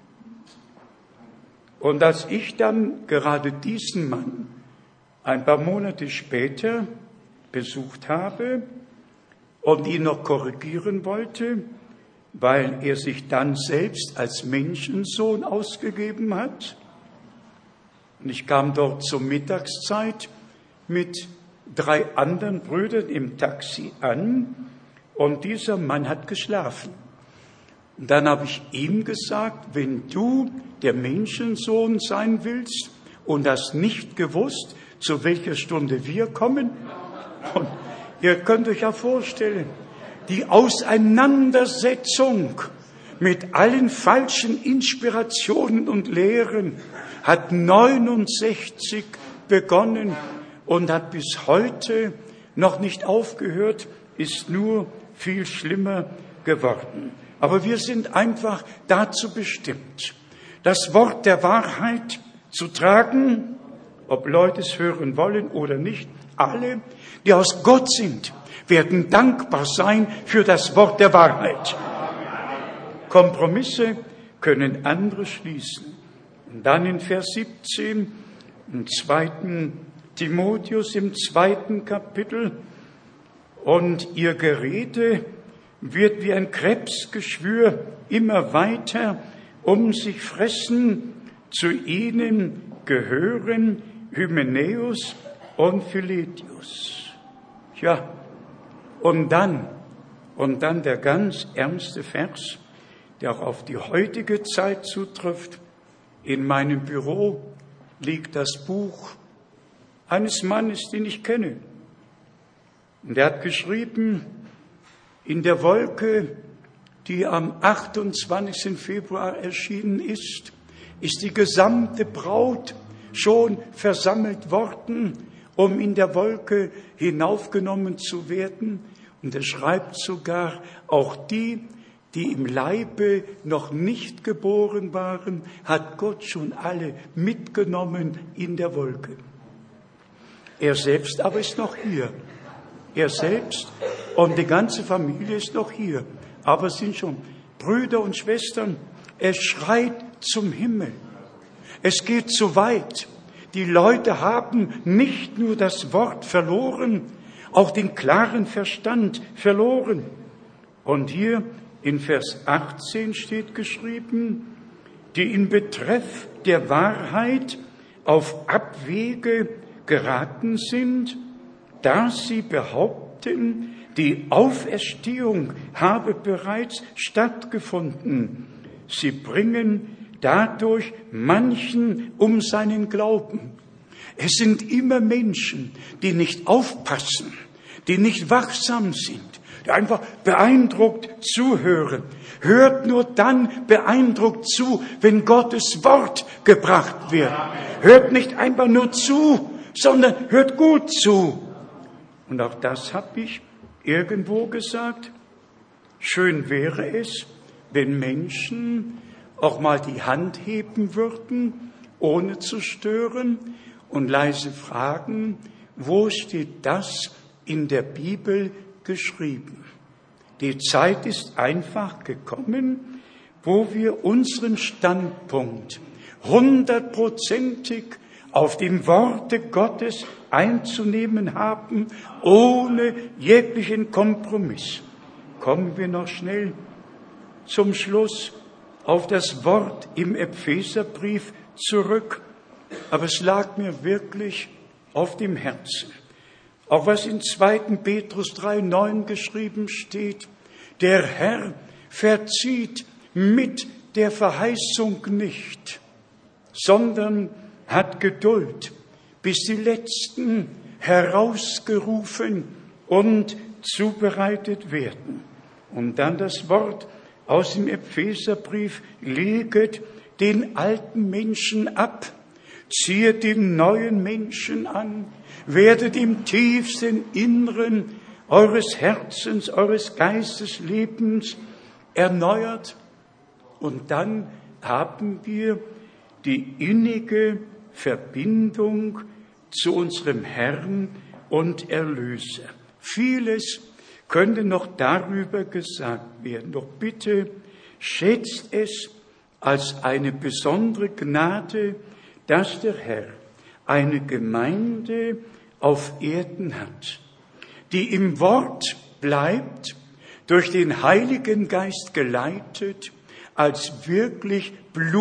Und als ich dann gerade diesen Mann ein paar Monate später besucht habe und ihn noch korrigieren wollte, weil er sich dann selbst als Menschensohn ausgegeben hat, und ich kam dort zur Mittagszeit mit drei anderen Brüdern im Taxi an und dieser Mann hat geschlafen. Und dann habe ich ihm gesagt, wenn du der Menschensohn sein willst und das nicht gewusst, zu welcher Stunde wir kommen, und ihr könnt euch ja vorstellen, die Auseinandersetzung mit allen falschen Inspirationen und Lehren hat neunundsechzig begonnen und hat bis heute noch nicht aufgehört, ist nur viel schlimmer geworden. Aber wir sind einfach dazu bestimmt, das Wort der Wahrheit zu tragen, ob Leute es hören wollen oder nicht. Alle, die aus Gott sind, werden dankbar sein für das Wort der Wahrheit. Kompromisse können andere schließen. Und dann in Vers siebzehn, im zweiten Timotheus, im zweiten Kapitel, und ihr Gerede wird wie ein Krebsgeschwür immer weiter um sich fressen. Zu ihnen gehören Hymenäus und Philetius. Ja, und dann, und dann der ganz ernste Vers, der auch auf die heutige Zeit zutrifft. In meinem Büro liegt das Buch eines Mannes, den ich kenne. Und er hat geschrieben, in der Wolke, die am achtundzwanzigsten Februar erschienen ist, ist die gesamte Braut schon versammelt worden, um in der Wolke hinaufgenommen zu werden. Und er schreibt sogar, auch die, die im Leibe noch nicht geboren waren, hat Gott schon alle mitgenommen in der Wolke. Er selbst aber ist noch hier. Er selbst und die ganze Familie ist noch hier. Aber es sind schon Brüder und Schwestern. Es schreit zum Himmel. Es geht zu weit. Die Leute haben nicht nur das Wort verloren, auch den klaren Verstand verloren. Und hier in Vers achtzehn steht geschrieben, die in Betreff der Wahrheit auf Abwege geraten sind, da sie behaupten, die Auferstehung habe bereits stattgefunden. Sie bringen dadurch manchen um seinen Glauben. Es sind immer Menschen, die nicht aufpassen, die nicht wachsam sind, die einfach beeindruckt zuhören. Hört nur dann beeindruckt zu, wenn Gottes Wort gebracht wird. Hört nicht einfach nur zu, sondern hört gut zu. Und auch das habe ich irgendwo gesagt. Schön wäre es, wenn Menschen auch mal die Hand heben würden, ohne zu stören, und leise fragen, wo steht das in der Bibel geschrieben? Die Zeit ist einfach gekommen, wo wir unseren Standpunkt hundertprozentig auf dem Worte Gottes einzunehmen haben, ohne jeglichen Kompromiss. Kommen wir noch schnell zum Schluss auf das Wort im Epheserbrief zurück. Aber es lag mir wirklich auf dem Herzen. Auch was in zweiten Petrus drei neun geschrieben steht, der Herr verzieht mit der Verheißung nicht, sondern hat Geduld, bis die Letzten herausgerufen und zubereitet werden. Und dann das Wort aus dem Epheserbrief, leget den alten Menschen ab, ziehet den neuen Menschen an, werdet im tiefsten Inneren eures Herzens, eures Geistes, Lebens erneuert. Und dann haben wir die innige Verbindung zu unserem Herrn und Erlöser. Vieles könnte noch darüber gesagt werden. Doch bitte schätzt es als eine besondere Gnade, dass der Herr eine Gemeinde auf Erden hat, die im Wort bleibt, durch den Heiligen Geist geleitet, als wirklich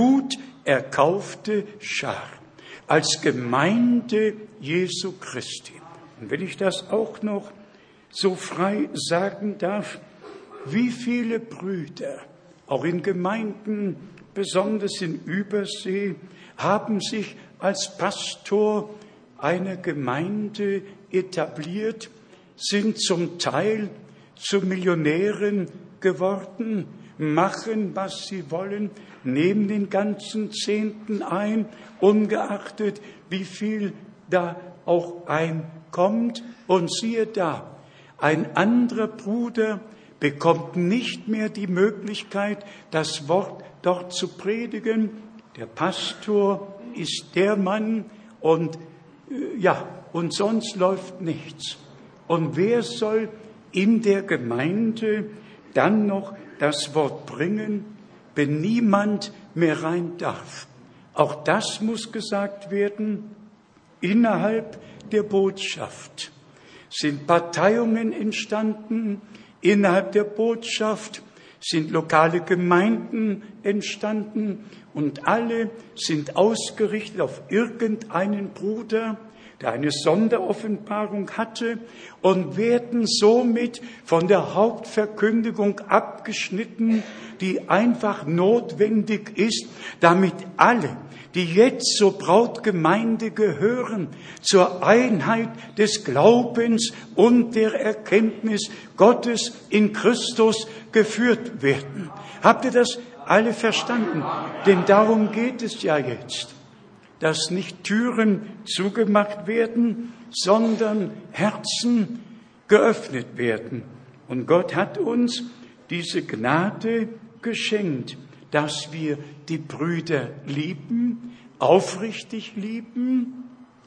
bluterkaufte Schar, als Gemeinde Jesu Christi. Und wenn ich das auch noch so frei sagen darf, wie viele Brüder, auch in Gemeinden, besonders in Übersee, haben sich als Pastor einer Gemeinde etabliert, sind zum Teil zu Millionären geworden, machen, was sie wollen, nehmen den ganzen Zehnten ein, ungeachtet, wie viel da auch einkommt. Und siehe da, ein anderer Bruder bekommt nicht mehr die Möglichkeit, das Wort dort zu predigen. Der Pastor ist der Mann und äh, ja, und sonst läuft nichts. Und wer soll in der Gemeinde dann noch das Wort bringen, wenn niemand mehr rein darf? Auch das muss gesagt werden. Innerhalb der Botschaft sind Parteiungen entstanden, innerhalb der Botschaft sind lokale Gemeinden entstanden und alle sind ausgerichtet auf irgendeinen Bruder, der eine Sonderoffenbarung hatte, und werden somit von der Hauptverkündigung abgeschnitten, die einfach notwendig ist, damit alle, die jetzt zur Brautgemeinde gehören, zur Einheit des Glaubens und der Erkenntnis Gottes in Christus geführt werden. Habt ihr das alle verstanden? Denn darum geht es ja jetzt, dass nicht Türen zugemacht werden, sondern Herzen geöffnet werden. Und Gott hat uns diese Gnade geschenkt, dass wir die Brüder lieben, aufrichtig lieben,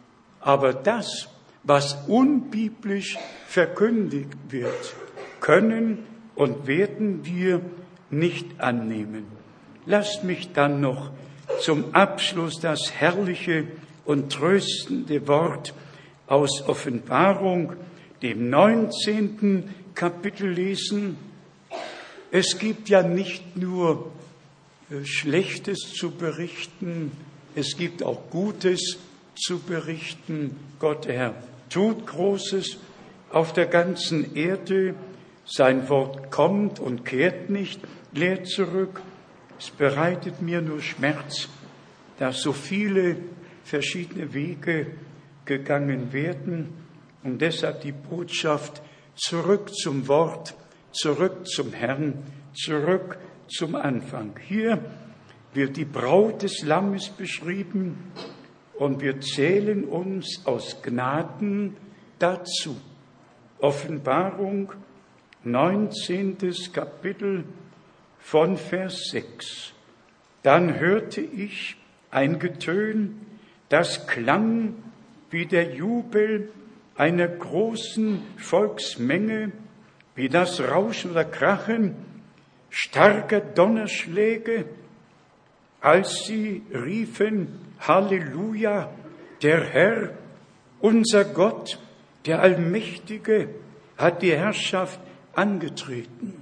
aber das, was unbiblisch verkündigt wird, können und werden wir nicht annehmen. Lasst mich dann noch zum Abschluss das herrliche und tröstende Wort aus Offenbarung, dem neunzehnten Kapitel lesen. Es gibt ja nicht nur Schlechtes zu berichten, es gibt auch Gutes zu berichten. Gott, der Herr, tut Großes auf der ganzen Erde. Sein Wort kommt und kehrt nicht leer zurück. Es bereitet mir nur Schmerz, dass so viele verschiedene Wege gegangen werden. Und deshalb die Botschaft: zurück zum Wort, zurück zum Herrn, zurück zum Anfang. Hier wird die Braut des Lammes beschrieben und wir zählen uns aus Gnaden dazu. Offenbarung, neunzehntes Kapitel von Vers sechs. Dann hörte ich ein Getön, das klang wie der Jubel einer großen Volksmenge, wie das Rauschen oder Krachen starker Donnerschläge, als sie riefen: Halleluja, der Herr, unser Gott, der Allmächtige, hat die Herrschaft angetreten.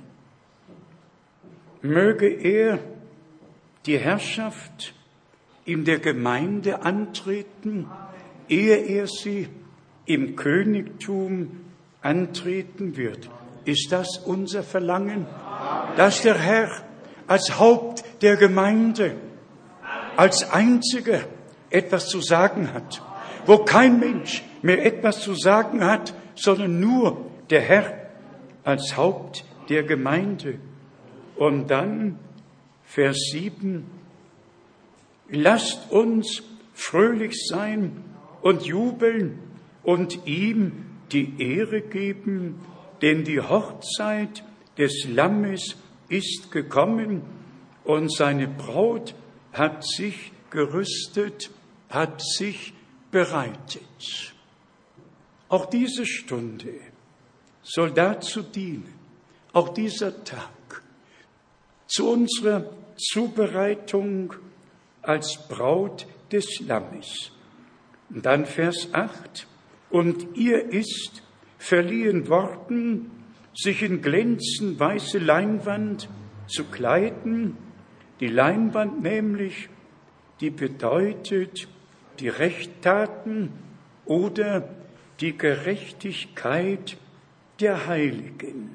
Möge er die Herrschaft in der Gemeinde antreten, ehe er sie im Königtum antreten wird. Ist das unser Verlangen? Dass der Herr als Haupt der Gemeinde, als Einziger etwas zu sagen hat, wo kein Mensch mehr etwas zu sagen hat, sondern nur der Herr als Haupt der Gemeinde. Und dann Vers sieben: Lasst uns fröhlich sein und jubeln und ihm die Ehre geben, denn die Hochzeit des Lammes ist gekommen und seine Braut hat sich gerüstet, hat sich bereitet. Auch diese Stunde soll dazu dienen, auch dieser Tag, zu unserer Zubereitung als Braut des Lammes. Und dann Vers acht: Und ihr ist verliehen worden, sich in glänzend weiße Leinwand zu kleiden. Die Leinwand nämlich, die bedeutet die Rechttaten oder die Gerechtigkeit der Heiligen.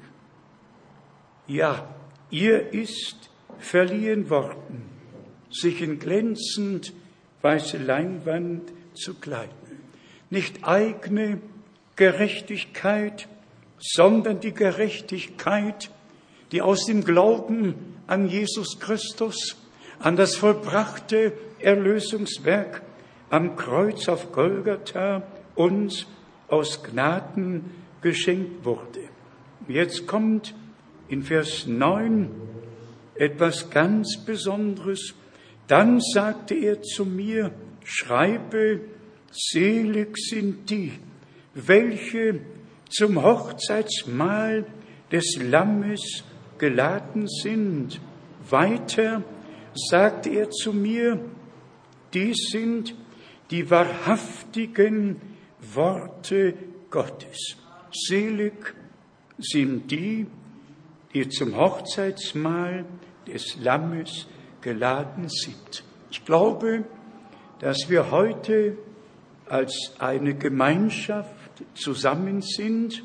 Ja, ihr ist verliehen worden, sich in glänzend weiße Leinwand zu kleiden. Nicht eigene Gerechtigkeit, sondern die Gerechtigkeit, die aus dem Glauben an Jesus Christus, an das vollbrachte Erlösungswerk am Kreuz auf Golgatha uns aus Gnaden geschenkt wurde. Jetzt kommt in Vers neun etwas ganz Besonderes. Dann sagte er zu mir: Schreibe, selig sind die, welche zum Hochzeitsmahl des Lammes geladen sind. Weiter sagte er zu mir: Dies sind die wahrhaftigen Worte Gottes. Selig sind die, die zum Hochzeitsmahl des Lammes geladen sind. Ich glaube, dass wir heute als eine Gemeinschaft zusammen sind,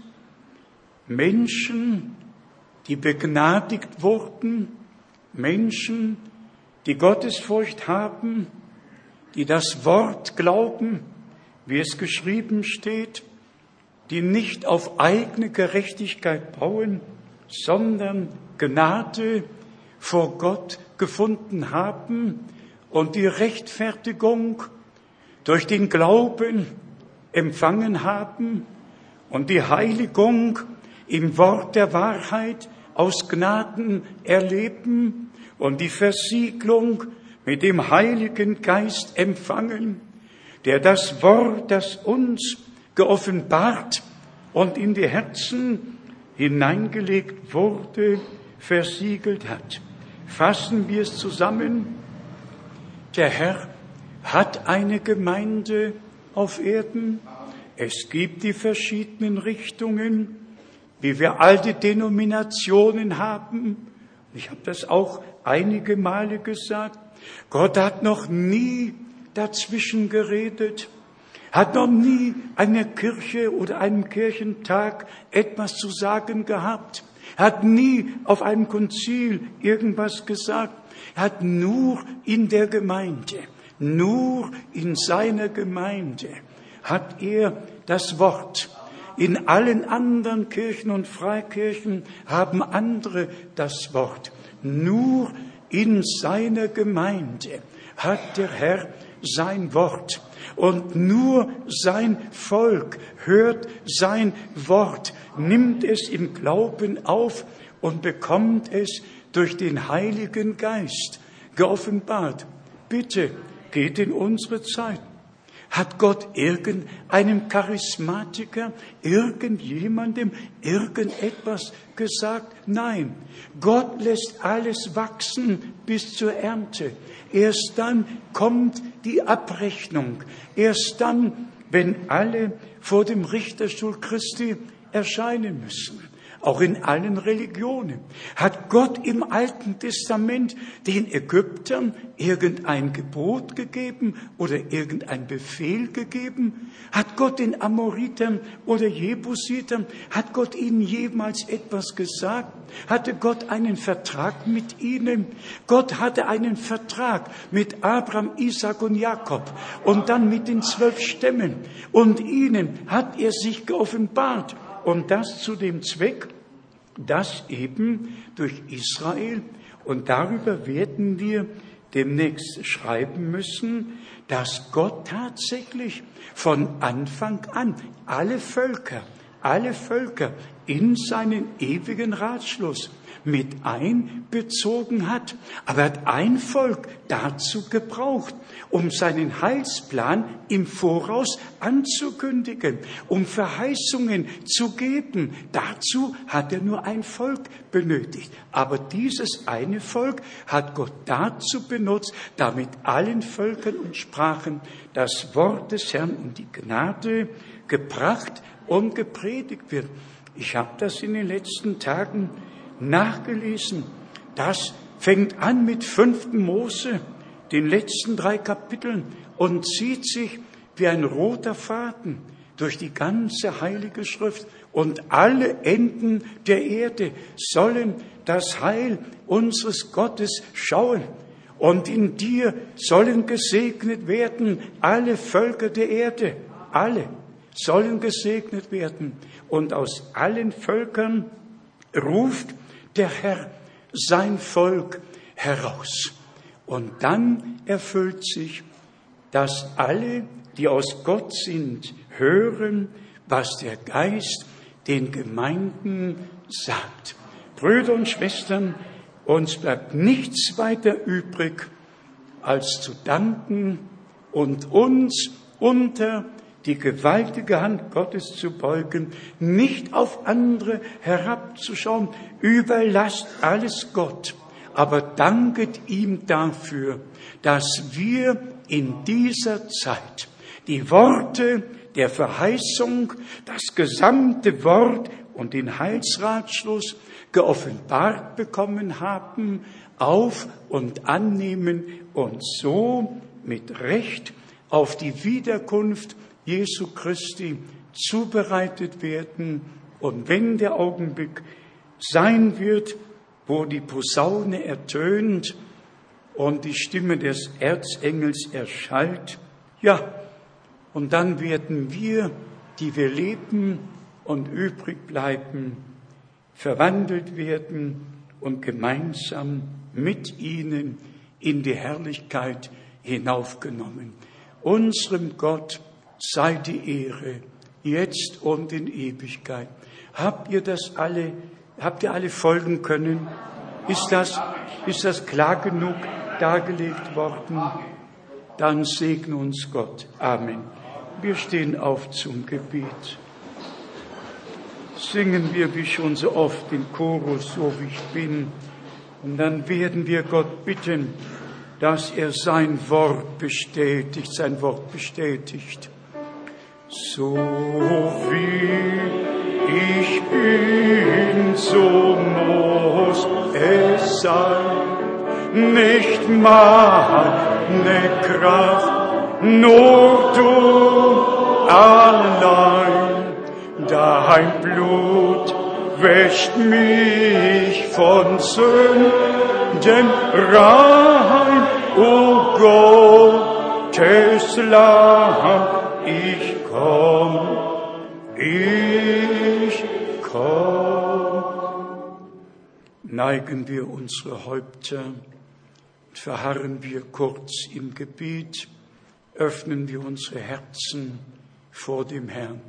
Menschen, die begnadigt wurden, Menschen, die Gottesfurcht haben, die das Wort glauben, wie es geschrieben steht, die nicht auf eigene Gerechtigkeit bauen, sondern Gnade vor Gott gefunden haben und die Rechtfertigung durch den Glauben empfangen haben und die Heiligung im Wort der Wahrheit aus Gnaden erleben und die Versiegelung mit dem Heiligen Geist empfangen, der das Wort, das uns geoffenbart und in die Herzen hineingelegt wurde, versiegelt hat. Fassen wir es zusammen. Der Herr hat eine Gemeinde auf Erden. Es gibt die verschiedenen Richtungen, wie wir alte Denominationen haben, Ich habe das auch einige Male gesagt. Gott hat noch nie dazwischen geredet, hat noch nie einer Kirche oder einem Kirchentag etwas zu sagen gehabt, hat nie auf einem Konzil irgendwas gesagt, er hat nur in der Gemeinde, nur in seiner Gemeinde hat er das Wort. In allen anderen Kirchen und Freikirchen haben andere das Wort. Nur in seiner Gemeinde hat der Herr sein Wort. Und nur sein Volk hört sein Wort, nimmt es im Glauben auf und bekommt es durch den Heiligen Geist geoffenbart. Bitte geht in unsere Zeit. Hat Gott irgendeinem Charismatiker, irgendjemandem irgendetwas gesagt? Nein, Gott lässt alles wachsen bis zur Ernte. Erst dann kommt die Abrechnung. Erst dann, wenn alle vor dem Richterstuhl Christi erscheinen müssen. Auch in allen Religionen. Hat Gott im Alten Testament den Ägyptern irgendein Gebot gegeben oder irgendein Befehl gegeben? Hat Gott den Amoritern oder Jebusitern, hat Gott ihnen jemals etwas gesagt? Hatte Gott einen Vertrag mit ihnen? Gott hatte einen Vertrag mit Abraham, Isaak und Jakob und dann mit den zwölf Stämmen. Und ihnen hat er sich geoffenbart. Und das zu dem Zweck, dass eben durch Israel, und darüber werden wir demnächst schreiben müssen, dass Gott tatsächlich von Anfang an alle Völker, alle Völker in seinen ewigen Ratschluss mit einbezogen hat. Aber er hat ein Volk dazu gebraucht, um seinen Heilsplan im Voraus anzukündigen, um Verheißungen zu geben. Dazu hat er nur ein Volk benötigt. Aber dieses eine Volk hat Gott dazu benutzt, damit allen Völkern und Sprachen das Wort des Herrn und die Gnade gebracht und gepredigt wird. Ich habe das in den letzten Tagen nachgelesen. Das fängt an mit fünften Mose, den letzten drei Kapiteln, und zieht sich wie ein roter Faden durch die ganze Heilige Schrift. Und alle Enden der Erde sollen das Heil unseres Gottes schauen. Und in dir sollen gesegnet werden alle Völker der Erde. Alle sollen gesegnet werden. Und aus allen Völkern ruft der Herr sein Volk heraus. Und dann erfüllt sich, dass alle, die aus Gott sind, hören, was der Geist den Gemeinden sagt. Brüder und Schwestern, uns bleibt nichts weiter übrig, als zu danken und uns unter die gewaltige Hand Gottes zu beugen, nicht auf andere herabzuschauen. Überlasst alles Gott, aber danket ihm dafür, dass wir in dieser Zeit die Worte der Verheißung, das gesamte Wort und den Heilsratschluss geoffenbart bekommen haben, auf- und annehmen und so mit Recht auf die Wiederkunft Jesu Christi zubereitet werden. Und wenn der Augenblick sein wird, wo die Posaune ertönt und die Stimme des Erzengels erschallt, ja, und dann werden wir, die wir leben und übrig bleiben, verwandelt werden und gemeinsam mit ihnen in die Herrlichkeit hinaufgenommen. Unserem Gott sei die Ehre, jetzt und in Ewigkeit. Habt ihr das alle, habt ihr alle folgen können? Ist das, ist das klar genug dargelegt worden? Dann segne uns Gott. Amen. Wir stehen auf zum Gebet. Singen wir wie schon so oft den Chorus, so wie ich bin. Und dann werden wir Gott bitten, dass er sein Wort bestätigt, sein Wort bestätigt. So wie ich bin, so muss es sein. Nicht meine Kraft, nur du allein. Dein Blut wäscht mich von Sünden rein, o Gottes Lamm, ich komm, ich komm. Neigen wir unsere Häupter, verharren wir kurz im Gebet, öffnen wir unsere Herzen vor dem Herrn.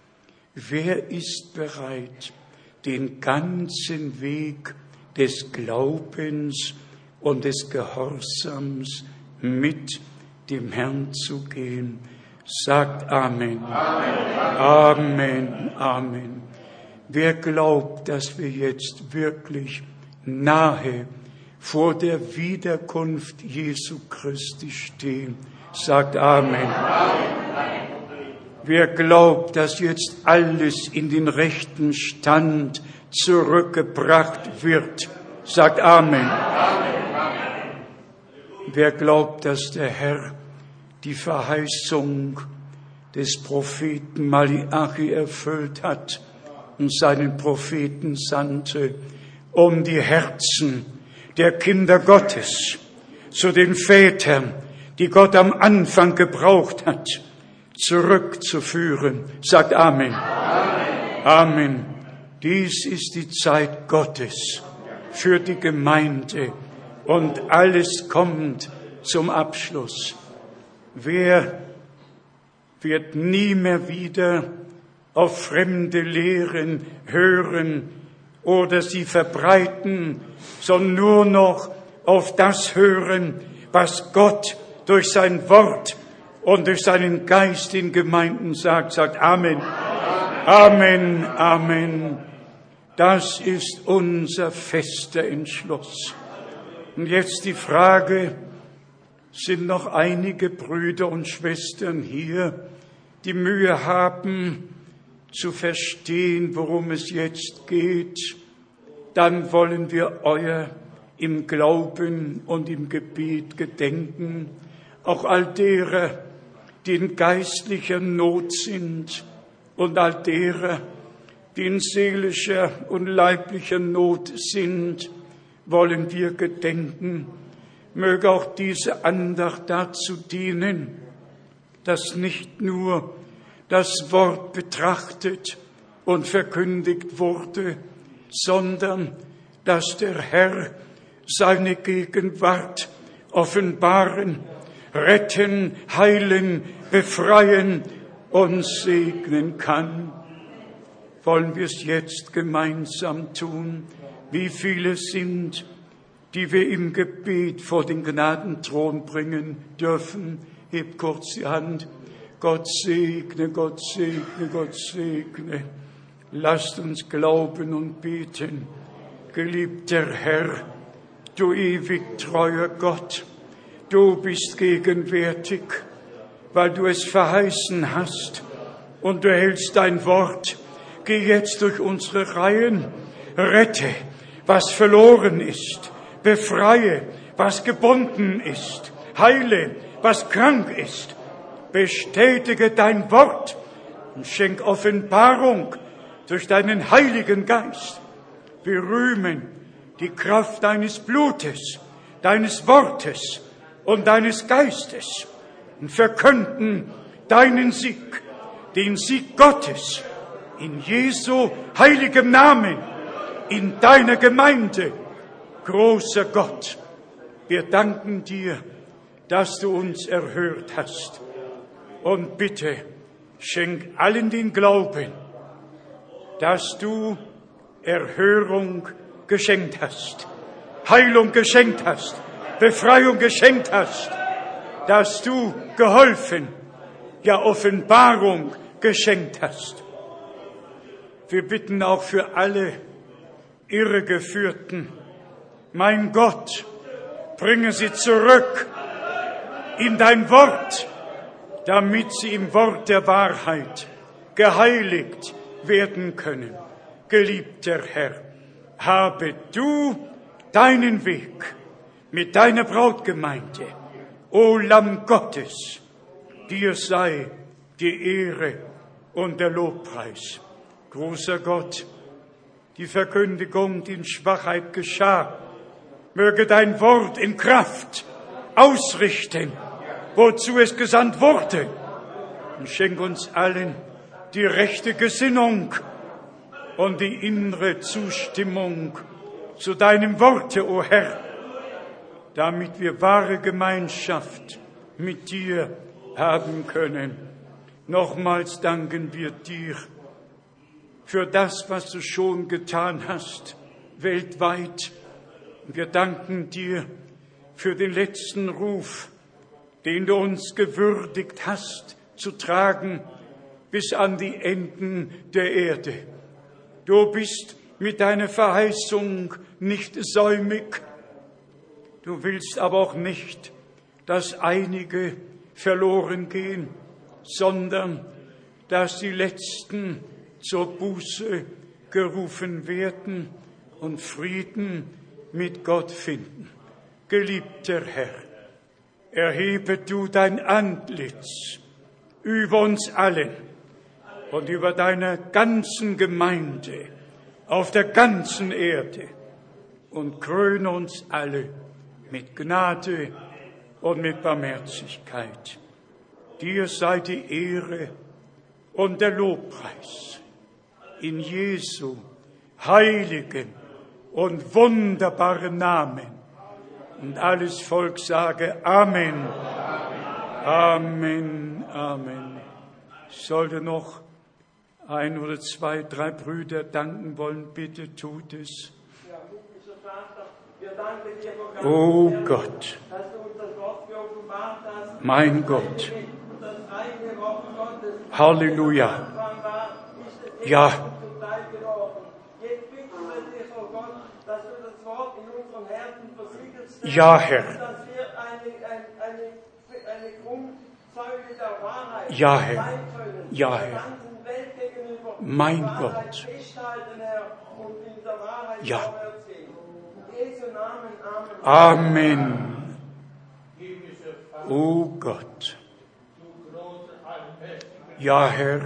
Wer ist bereit, den ganzen Weg des Glaubens und des Gehorsams mit dem Herrn zu gehen? Sagt Amen. Amen. Amen. Amen. Wer glaubt, dass wir jetzt wirklich nahe vor der Wiederkunft Jesu Christi stehen? Sagt Amen. Amen. Wer glaubt, dass jetzt alles in den rechten Stand zurückgebracht wird? Sagt Amen. Amen. Wer glaubt, dass der Herr die Verheißung des Propheten Malachi erfüllt hat und seinen Propheten sandte, um die Herzen der Kinder Gottes zu den Vätern, die Gott am Anfang gebraucht hat, zurückzuführen? Sagt Amen. Amen. Amen. Dies ist die Zeit Gottes für die Gemeinde und alles kommt zum Abschluss. Wer wird nie mehr wieder auf fremde Lehren hören oder sie verbreiten, sondern nur noch auf das hören, was Gott durch sein Wort und durch seinen Geist in Gemeinden sagt? Sagt Amen. Amen, Amen. Das ist unser fester Entschluss. Und jetzt die Frage: Sind noch einige Brüder und Schwestern hier, die Mühe haben, zu verstehen, worum es jetzt geht? Dann wollen wir euer im Glauben und im Gebet gedenken, auch all derer, die in geistlicher Not sind, und all derer, die in seelischer und leiblicher Not sind, wollen wir gedenken. Möge auch diese Andacht dazu dienen, dass nicht nur das Wort betrachtet und verkündigt wurde, sondern dass der Herr seine Gegenwart offenbaren, retten, heilen, befreien und segnen kann. Wollen wir es jetzt gemeinsam tun? Wie viele sind, die wir im Gebet vor den Gnadenthron bringen dürfen? Hebt kurz die Hand. Gott segne, Gott segne, Gott segne. Lasst uns glauben und beten. Geliebter Herr, du ewig treuer Gott, du bist gegenwärtig, weil du es verheißen hast und du hältst dein Wort. Geh jetzt durch unsere Reihen, rette, was verloren ist, befreie, was gebunden ist, heile, was krank ist, bestätige dein Wort und schenk Offenbarung durch deinen Heiligen Geist. Wir rühmen die Kraft deines Blutes, deines Wortes und deines Geistes und verkünden deinen Sieg, den Sieg Gottes in Jesu heiligem Namen, in deiner Gemeinde. Großer Gott, wir danken dir, dass du uns erhört hast. Und bitte, schenk allen den Glauben, dass du Erhörung geschenkt hast, Heilung geschenkt hast, Befreiung geschenkt hast, dass du geholfen, ja Offenbarung geschenkt hast. Wir bitten auch für alle Irregeführten, mein Gott, bringe sie zurück in dein Wort, damit sie im Wort der Wahrheit geheiligt, werden können. Geliebter Herr, habe du deinen Weg mit deiner Brautgemeinde, o Lamm Gottes, dir sei die Ehre und der Lobpreis. Großer Gott, die Verkündigung, die in Schwachheit geschah, möge dein Wort in Kraft ausrichten, wozu es gesandt wurde. Und schenk uns allen die rechte Gesinnung und die innere Zustimmung zu deinem Worte, o Herr, damit wir wahre Gemeinschaft mit dir haben können. Nochmals danken wir dir für das, was du schon getan hast, weltweit. Wir danken dir für den letzten Ruf, den du uns gewürdigt hast, zu tragen bis an die Enden der Erde. Du bist mit deiner Verheißung nicht säumig. Du willst aber auch nicht, dass einige verloren gehen, sondern dass die Letzten zur Buße gerufen werden und Frieden mit Gott finden. Geliebter Herr, erhebe du dein Antlitz über uns allen und über deiner ganzen Gemeinde auf der ganzen Erde und kröne uns alle mit Gnade und mit Barmherzigkeit. Dir sei die Ehre und der Lobpreis in Jesu heiligen und wunderbaren Namen. Und alles Volk sage Amen. Amen, Amen. Ich sollte noch ein oder zwei, drei Brüder danken wollen. Bitte tut es. Oh Gott, mein Gott, Halleluja, ja, ja, Herr, ja, Herr, ja, Herr, mein Gott, ja, Amen. Oh Gott. Ja, Herr.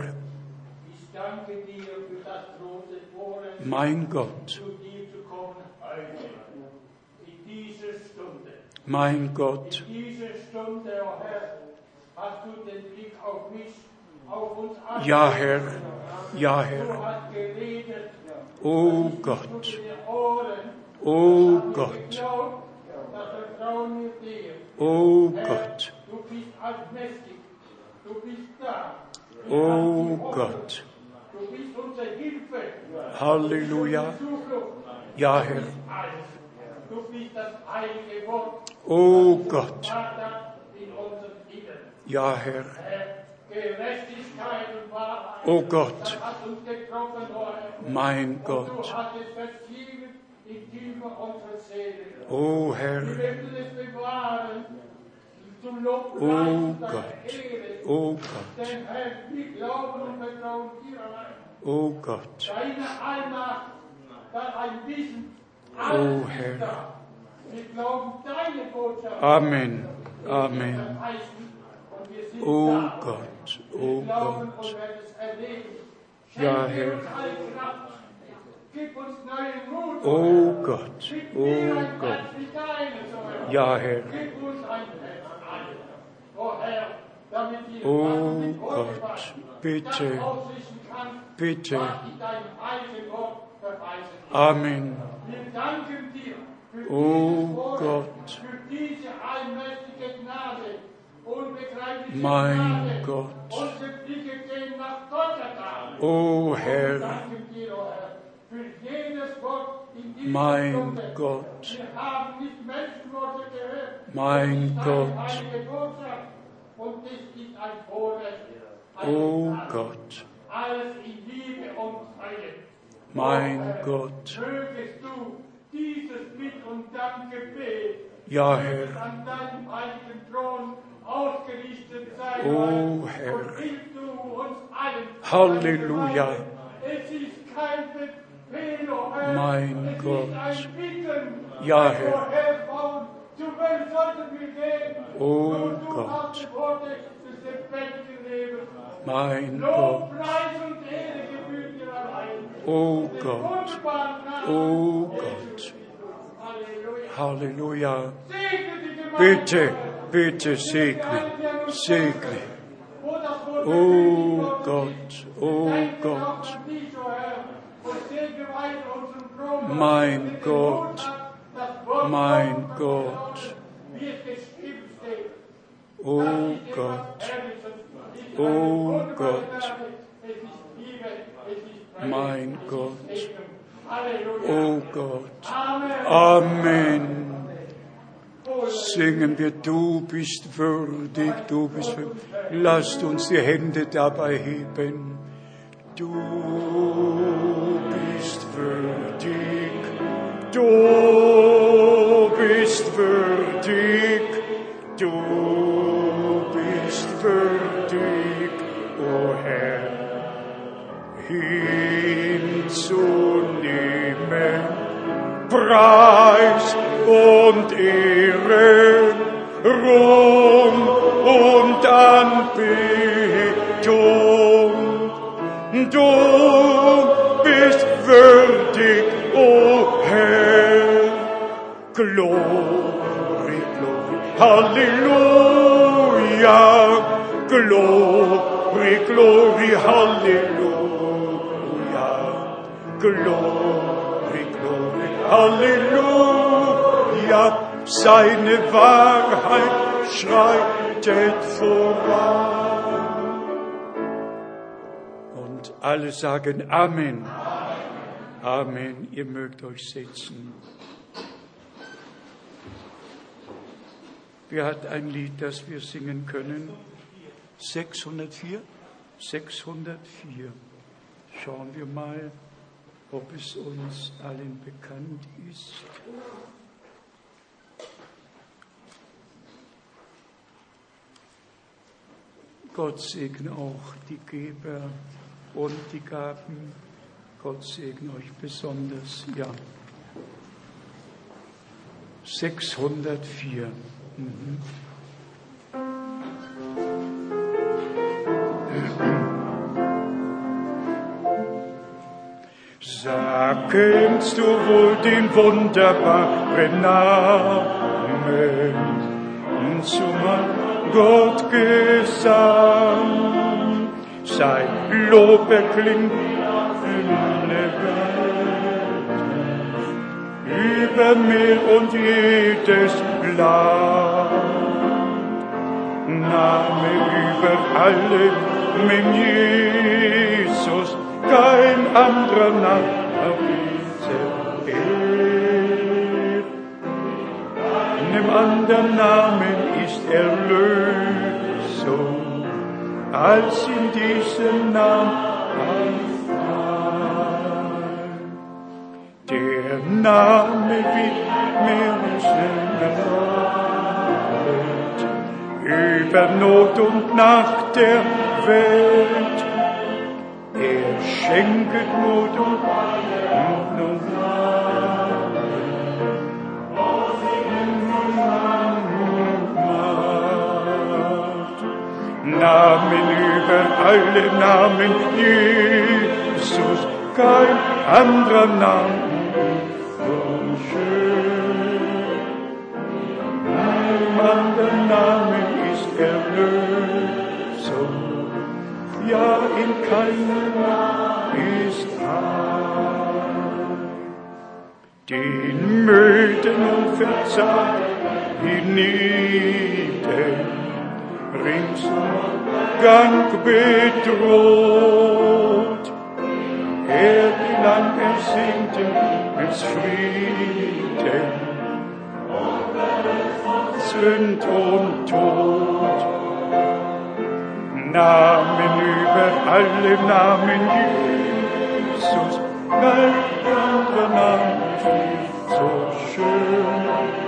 Mein Gott. Mein Gott. Ja, Herr. Ja, Herr. Oh Gott. Oh Gott. Oh Gott. Oh Gott. Halleluja. Ja, Herr. Oh Gott. Ja, Herr. Oh Gott. Mein Gott. Oh Herr. Oh Gott. Oh Gott. Oh Gott. Oh Herr. Amen. Amen. Oh Gott. Oh Gott. Ja, Herr. Oh Gott. Oh Gott. Ja, Herr. Oh Gott. Bitte. Bitte. Amen. Oh Gott. Mein Gott. Oh Herr. Mein Gott. Mein Gott. Oh Gott. Mein Gott. Ja, Herr. Oh Herr. Halleluja. Mein Gott. Ja, Herr. Oh Gott. Mein Gott. Oh Gott. Oh Gott. Halleluja. Bitte, bitte segne, segne. Oh Gott, oh Gott. Mein Gott, mein Gott. Oh Gott, oh Gott. Mein Gott, oh Gott. Amen. Singen wir, du bist würdig, du bist würdig. Lasst uns die Hände dabei heben. Du bist würdig, du bist würdig, du bist würdig, o Herr, hinzunehmen, Preis und Ehre, Ruhm und Anbetung. Du bist würdig, o Herr. Glory, glory, Halleluja. Glory, glory, Halleluja. Glory, glory, Halleluja. Seine Wahrheit schreitet voran. Und alle sagen Amen. Amen. Ihr mögt euch setzen. Wer hat ein Lied, das wir singen können? sechshundertvier? sechshundertvier. Schauen wir mal, ob es uns allen bekannt ist. Gott segne auch die Geber und die Gaben. Gott segne euch besonders. Ja. sechshundertvier. Mhm. Sag, kennst du wohl den wunderbaren Namen, zumal Gott gesandt, sein Lob erklingt in der Welt, über Meer und jedes Land, Name über alle, mein Jesus, kein anderer Name auf dieser Erde. In dem anderen Namen ist Erlösung, als in diesem Namen der Name wird Menschen gelobt, über Not und Nacht der Welt. Er schenket Mut und Hoffnung. Namen über alle Namen, Jesus, kein anderer Name so schön. Im anderen Namen ist Erlösung, ja in keinem ist Heil. Den Müden und Verzagten hienieden, ringsum Gang bedroht, er die lang ersehnten ins Frieden, Sünd und Tod. Namen über alle Namen, Jesus, kein anderer Name ist so schön.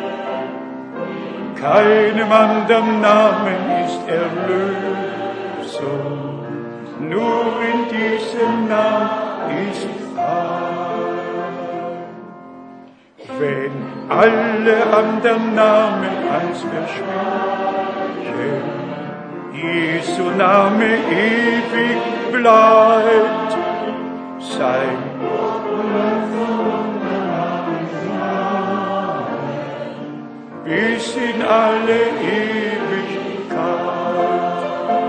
Keinem anderen Namen ist Erlösung, nur in diesem Namen ist Heil. wenn alle anderen Namen als verschwinden, Jesu Name ewig bleibt, sein bis in alle Ewigkeit.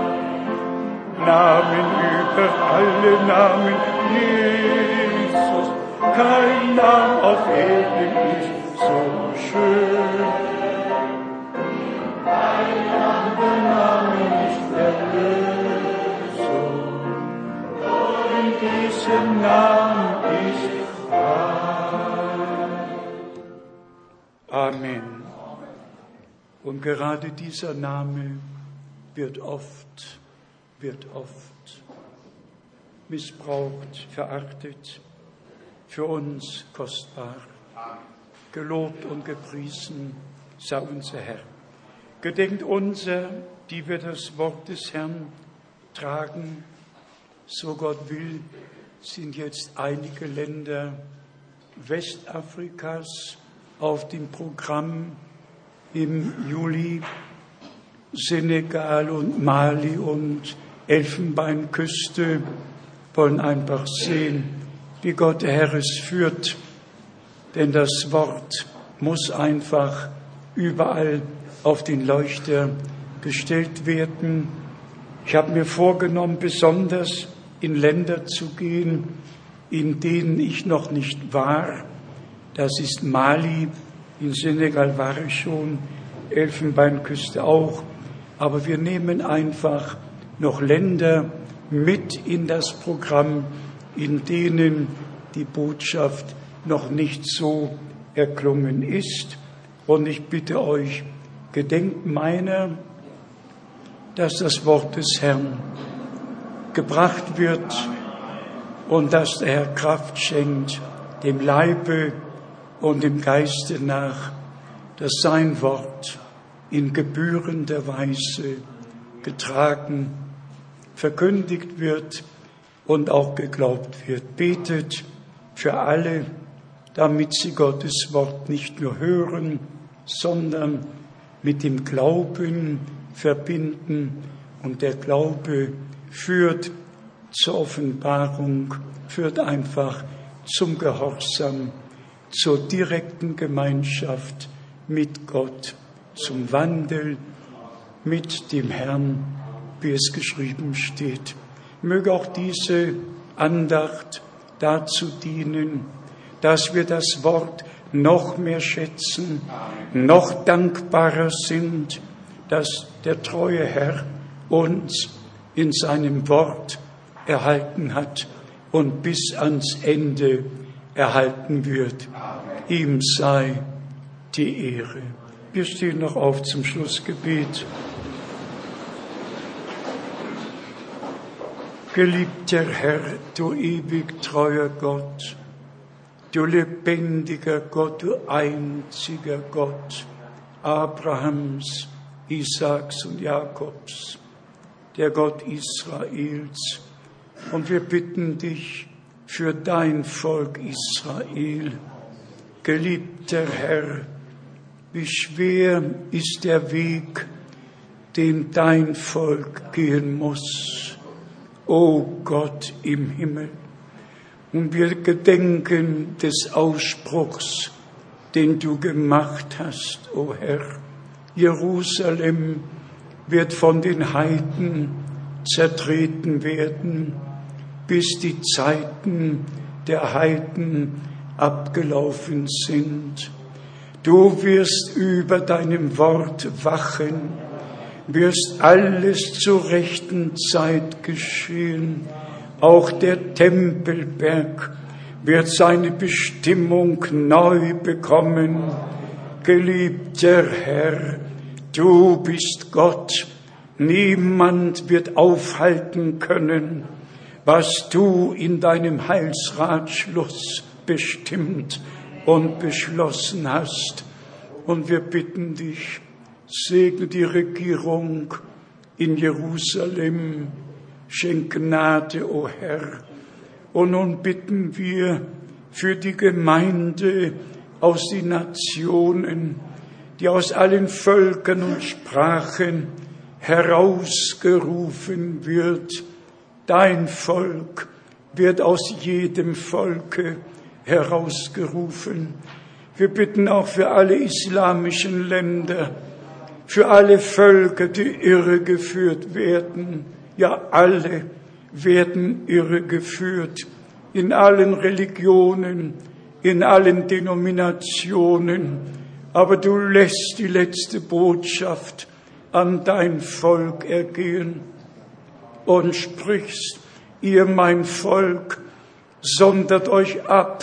Namen über alle Namen, Jesus, kein Name auf Erden ist so schön. Kein anderer Name ist Erlösung, in diesem Namen ist Heil. Amen. Und gerade dieser Name wird oft, wird oft missbraucht, verachtet, für uns kostbar. Gelobt und gepriesen sei unser Herr. Gedenkt unser, die wir das Wort des Herrn tragen, so Gott will, sind jetzt einige Länder Westafrikas auf dem Programm im Juli, Senegal und Mali und Elfenbeinküste wollen einfach sehen, wie Gott der Herr es führt. Denn das Wort muss einfach überall auf den Leuchter gestellt werden. Ich habe mir vorgenommen, besonders in Länder zu gehen, in denen ich noch nicht war. Das ist Mali. In Senegal war ich schon, Elfenbeinküste auch. Aber wir nehmen einfach noch Länder mit in das Programm, in denen die Botschaft noch nicht so erklungen ist. Und ich bitte euch, gedenkt meiner, dass das Wort des Herrn gebracht wird und dass der Herr Kraft schenkt, dem Leibe und dem Geiste nach, dass sein Wort in gebührender Weise getragen, verkündigt wird und auch geglaubt wird. Betet für alle, damit sie Gottes Wort nicht nur hören, sondern mit dem Glauben verbinden. Und der Glaube führt zur Offenbarung, führt einfach zum Gehorsam, zur direkten Gemeinschaft mit Gott, zum Wandel mit dem Herrn, wie es geschrieben steht. Möge auch diese Andacht dazu dienen, dass wir das Wort noch mehr schätzen, noch dankbarer sind, dass der treue Herr uns in seinem Wort erhalten hat und bis ans Ende erhalten wird. Ihm sei die Ehre. Wir stehen noch auf zum Schlussgebet. Geliebter Herr, du ewig treuer Gott, du lebendiger Gott, du einziger Gott Abrahams, Isaaks und Jakobs, der Gott Israels. Und wir bitten dich für dein Volk Israel. Geliebter Herr, wie schwer ist der Weg, den dein Volk gehen muss, o Gott im Himmel. Und wir gedenken des Ausspruchs, den du gemacht hast, o Herr. Jerusalem wird von den Heiden zertreten werden, bis die Zeiten der Heiden abgelaufen sind. Du wirst über deinem Wort wachen, wirst alles zur rechten Zeit geschehen. Auch der Tempelberg wird seine Bestimmung neu bekommen. Geliebter Herr, du bist Gott. Niemand wird aufhalten können, was du in deinem Heilsratschluss bestimmt und beschlossen hast. Und wir bitten dich, segne die Regierung in Jerusalem, schenk Gnade, o Herr. Und nun bitten wir für die Gemeinde aus den Nationen, die aus allen Völkern und Sprachen herausgerufen wird. Dein Volk wird aus jedem Volke herausgerufen. Wir bitten auch für alle islamischen Länder, für alle Völker, die irregeführt werden. Ja, alle werden irregeführt in allen Religionen, in allen Denominationen. Aber du lässt die letzte Botschaft an dein Volk ergehen und sprichst: Ihr, mein Volk, sondert euch ab,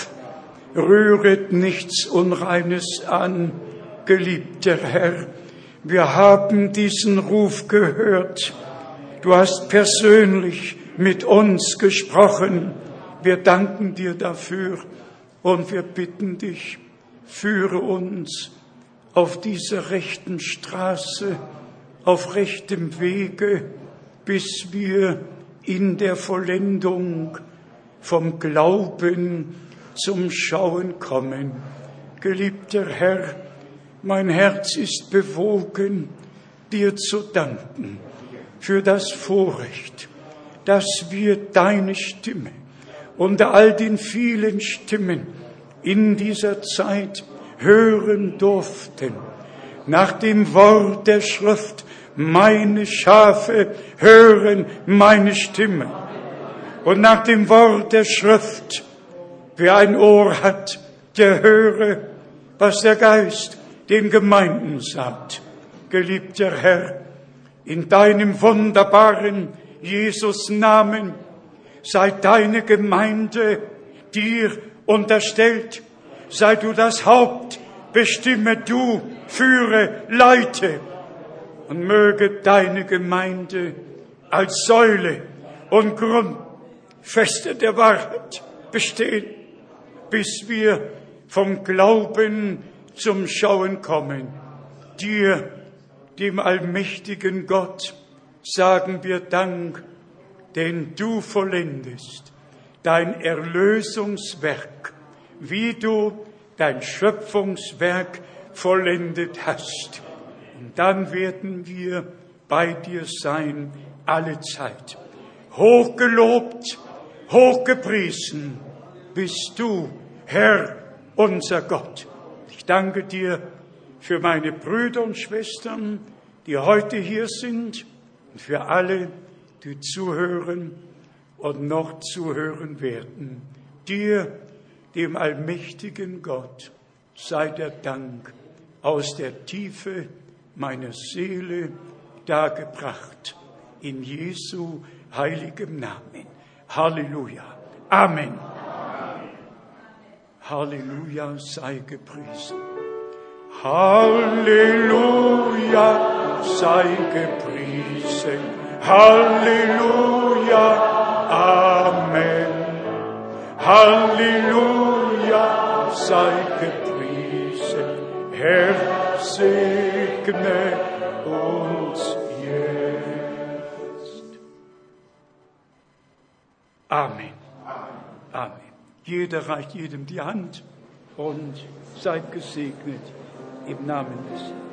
rühret nichts Unreines an, geliebter Herr. Wir haben diesen Ruf gehört. Du hast persönlich mit uns gesprochen. Wir danken dir dafür und wir bitten dich, führe uns auf dieser rechten Straße, auf rechtem Wege, bis wir in der Vollendung vom Glauben zum Schauen kommen. Geliebter Herr, mein Herz ist bewogen, dir zu danken für das Vorrecht, dass wir deine Stimme unter all den vielen Stimmen in dieser Zeit hören durften. Nach dem Wort der Schrift: Meine Schafe hören meine Stimme. Und nach dem Wort der Schrift: Wer ein Ohr hat, der höre, was der Geist den Gemeinden sagt. Geliebter Herr, in deinem wunderbaren Jesus-Namen sei deine Gemeinde dir unterstellt. Sei du das Haupt, bestimme du, führe, leite. Und möge deine Gemeinde als Säule und Grundfeste der Wahrheit bestehen, bis wir vom Glauben zum Schauen kommen. Dir, dem allmächtigen Gott, sagen wir Dank, denn du vollendest dein Erlösungswerk, wie du dein Schöpfungswerk vollendet hast. Und dann werden wir bei dir sein alle Zeit. Hochgelobt, hochgepriesen bist du, Herr, unser Gott. Ich danke dir für meine Brüder und Schwestern, die heute hier sind, und für alle, die zuhören und noch zuhören werden. Dir, dem allmächtigen Gott, sei der Dank aus der Tiefe meiner Seele dargebracht. In Jesu heiligem Namen. Halleluja. Amen. Halleluja, sei gepriesen. Halleluja, sei gepriesen. Halleluja, Amen. Halleluja, sei gepriesen. Herr, segne uns jetzt. Amen. Amen. Jeder reicht jedem die Hand und seid gesegnet im Namen des Herrn.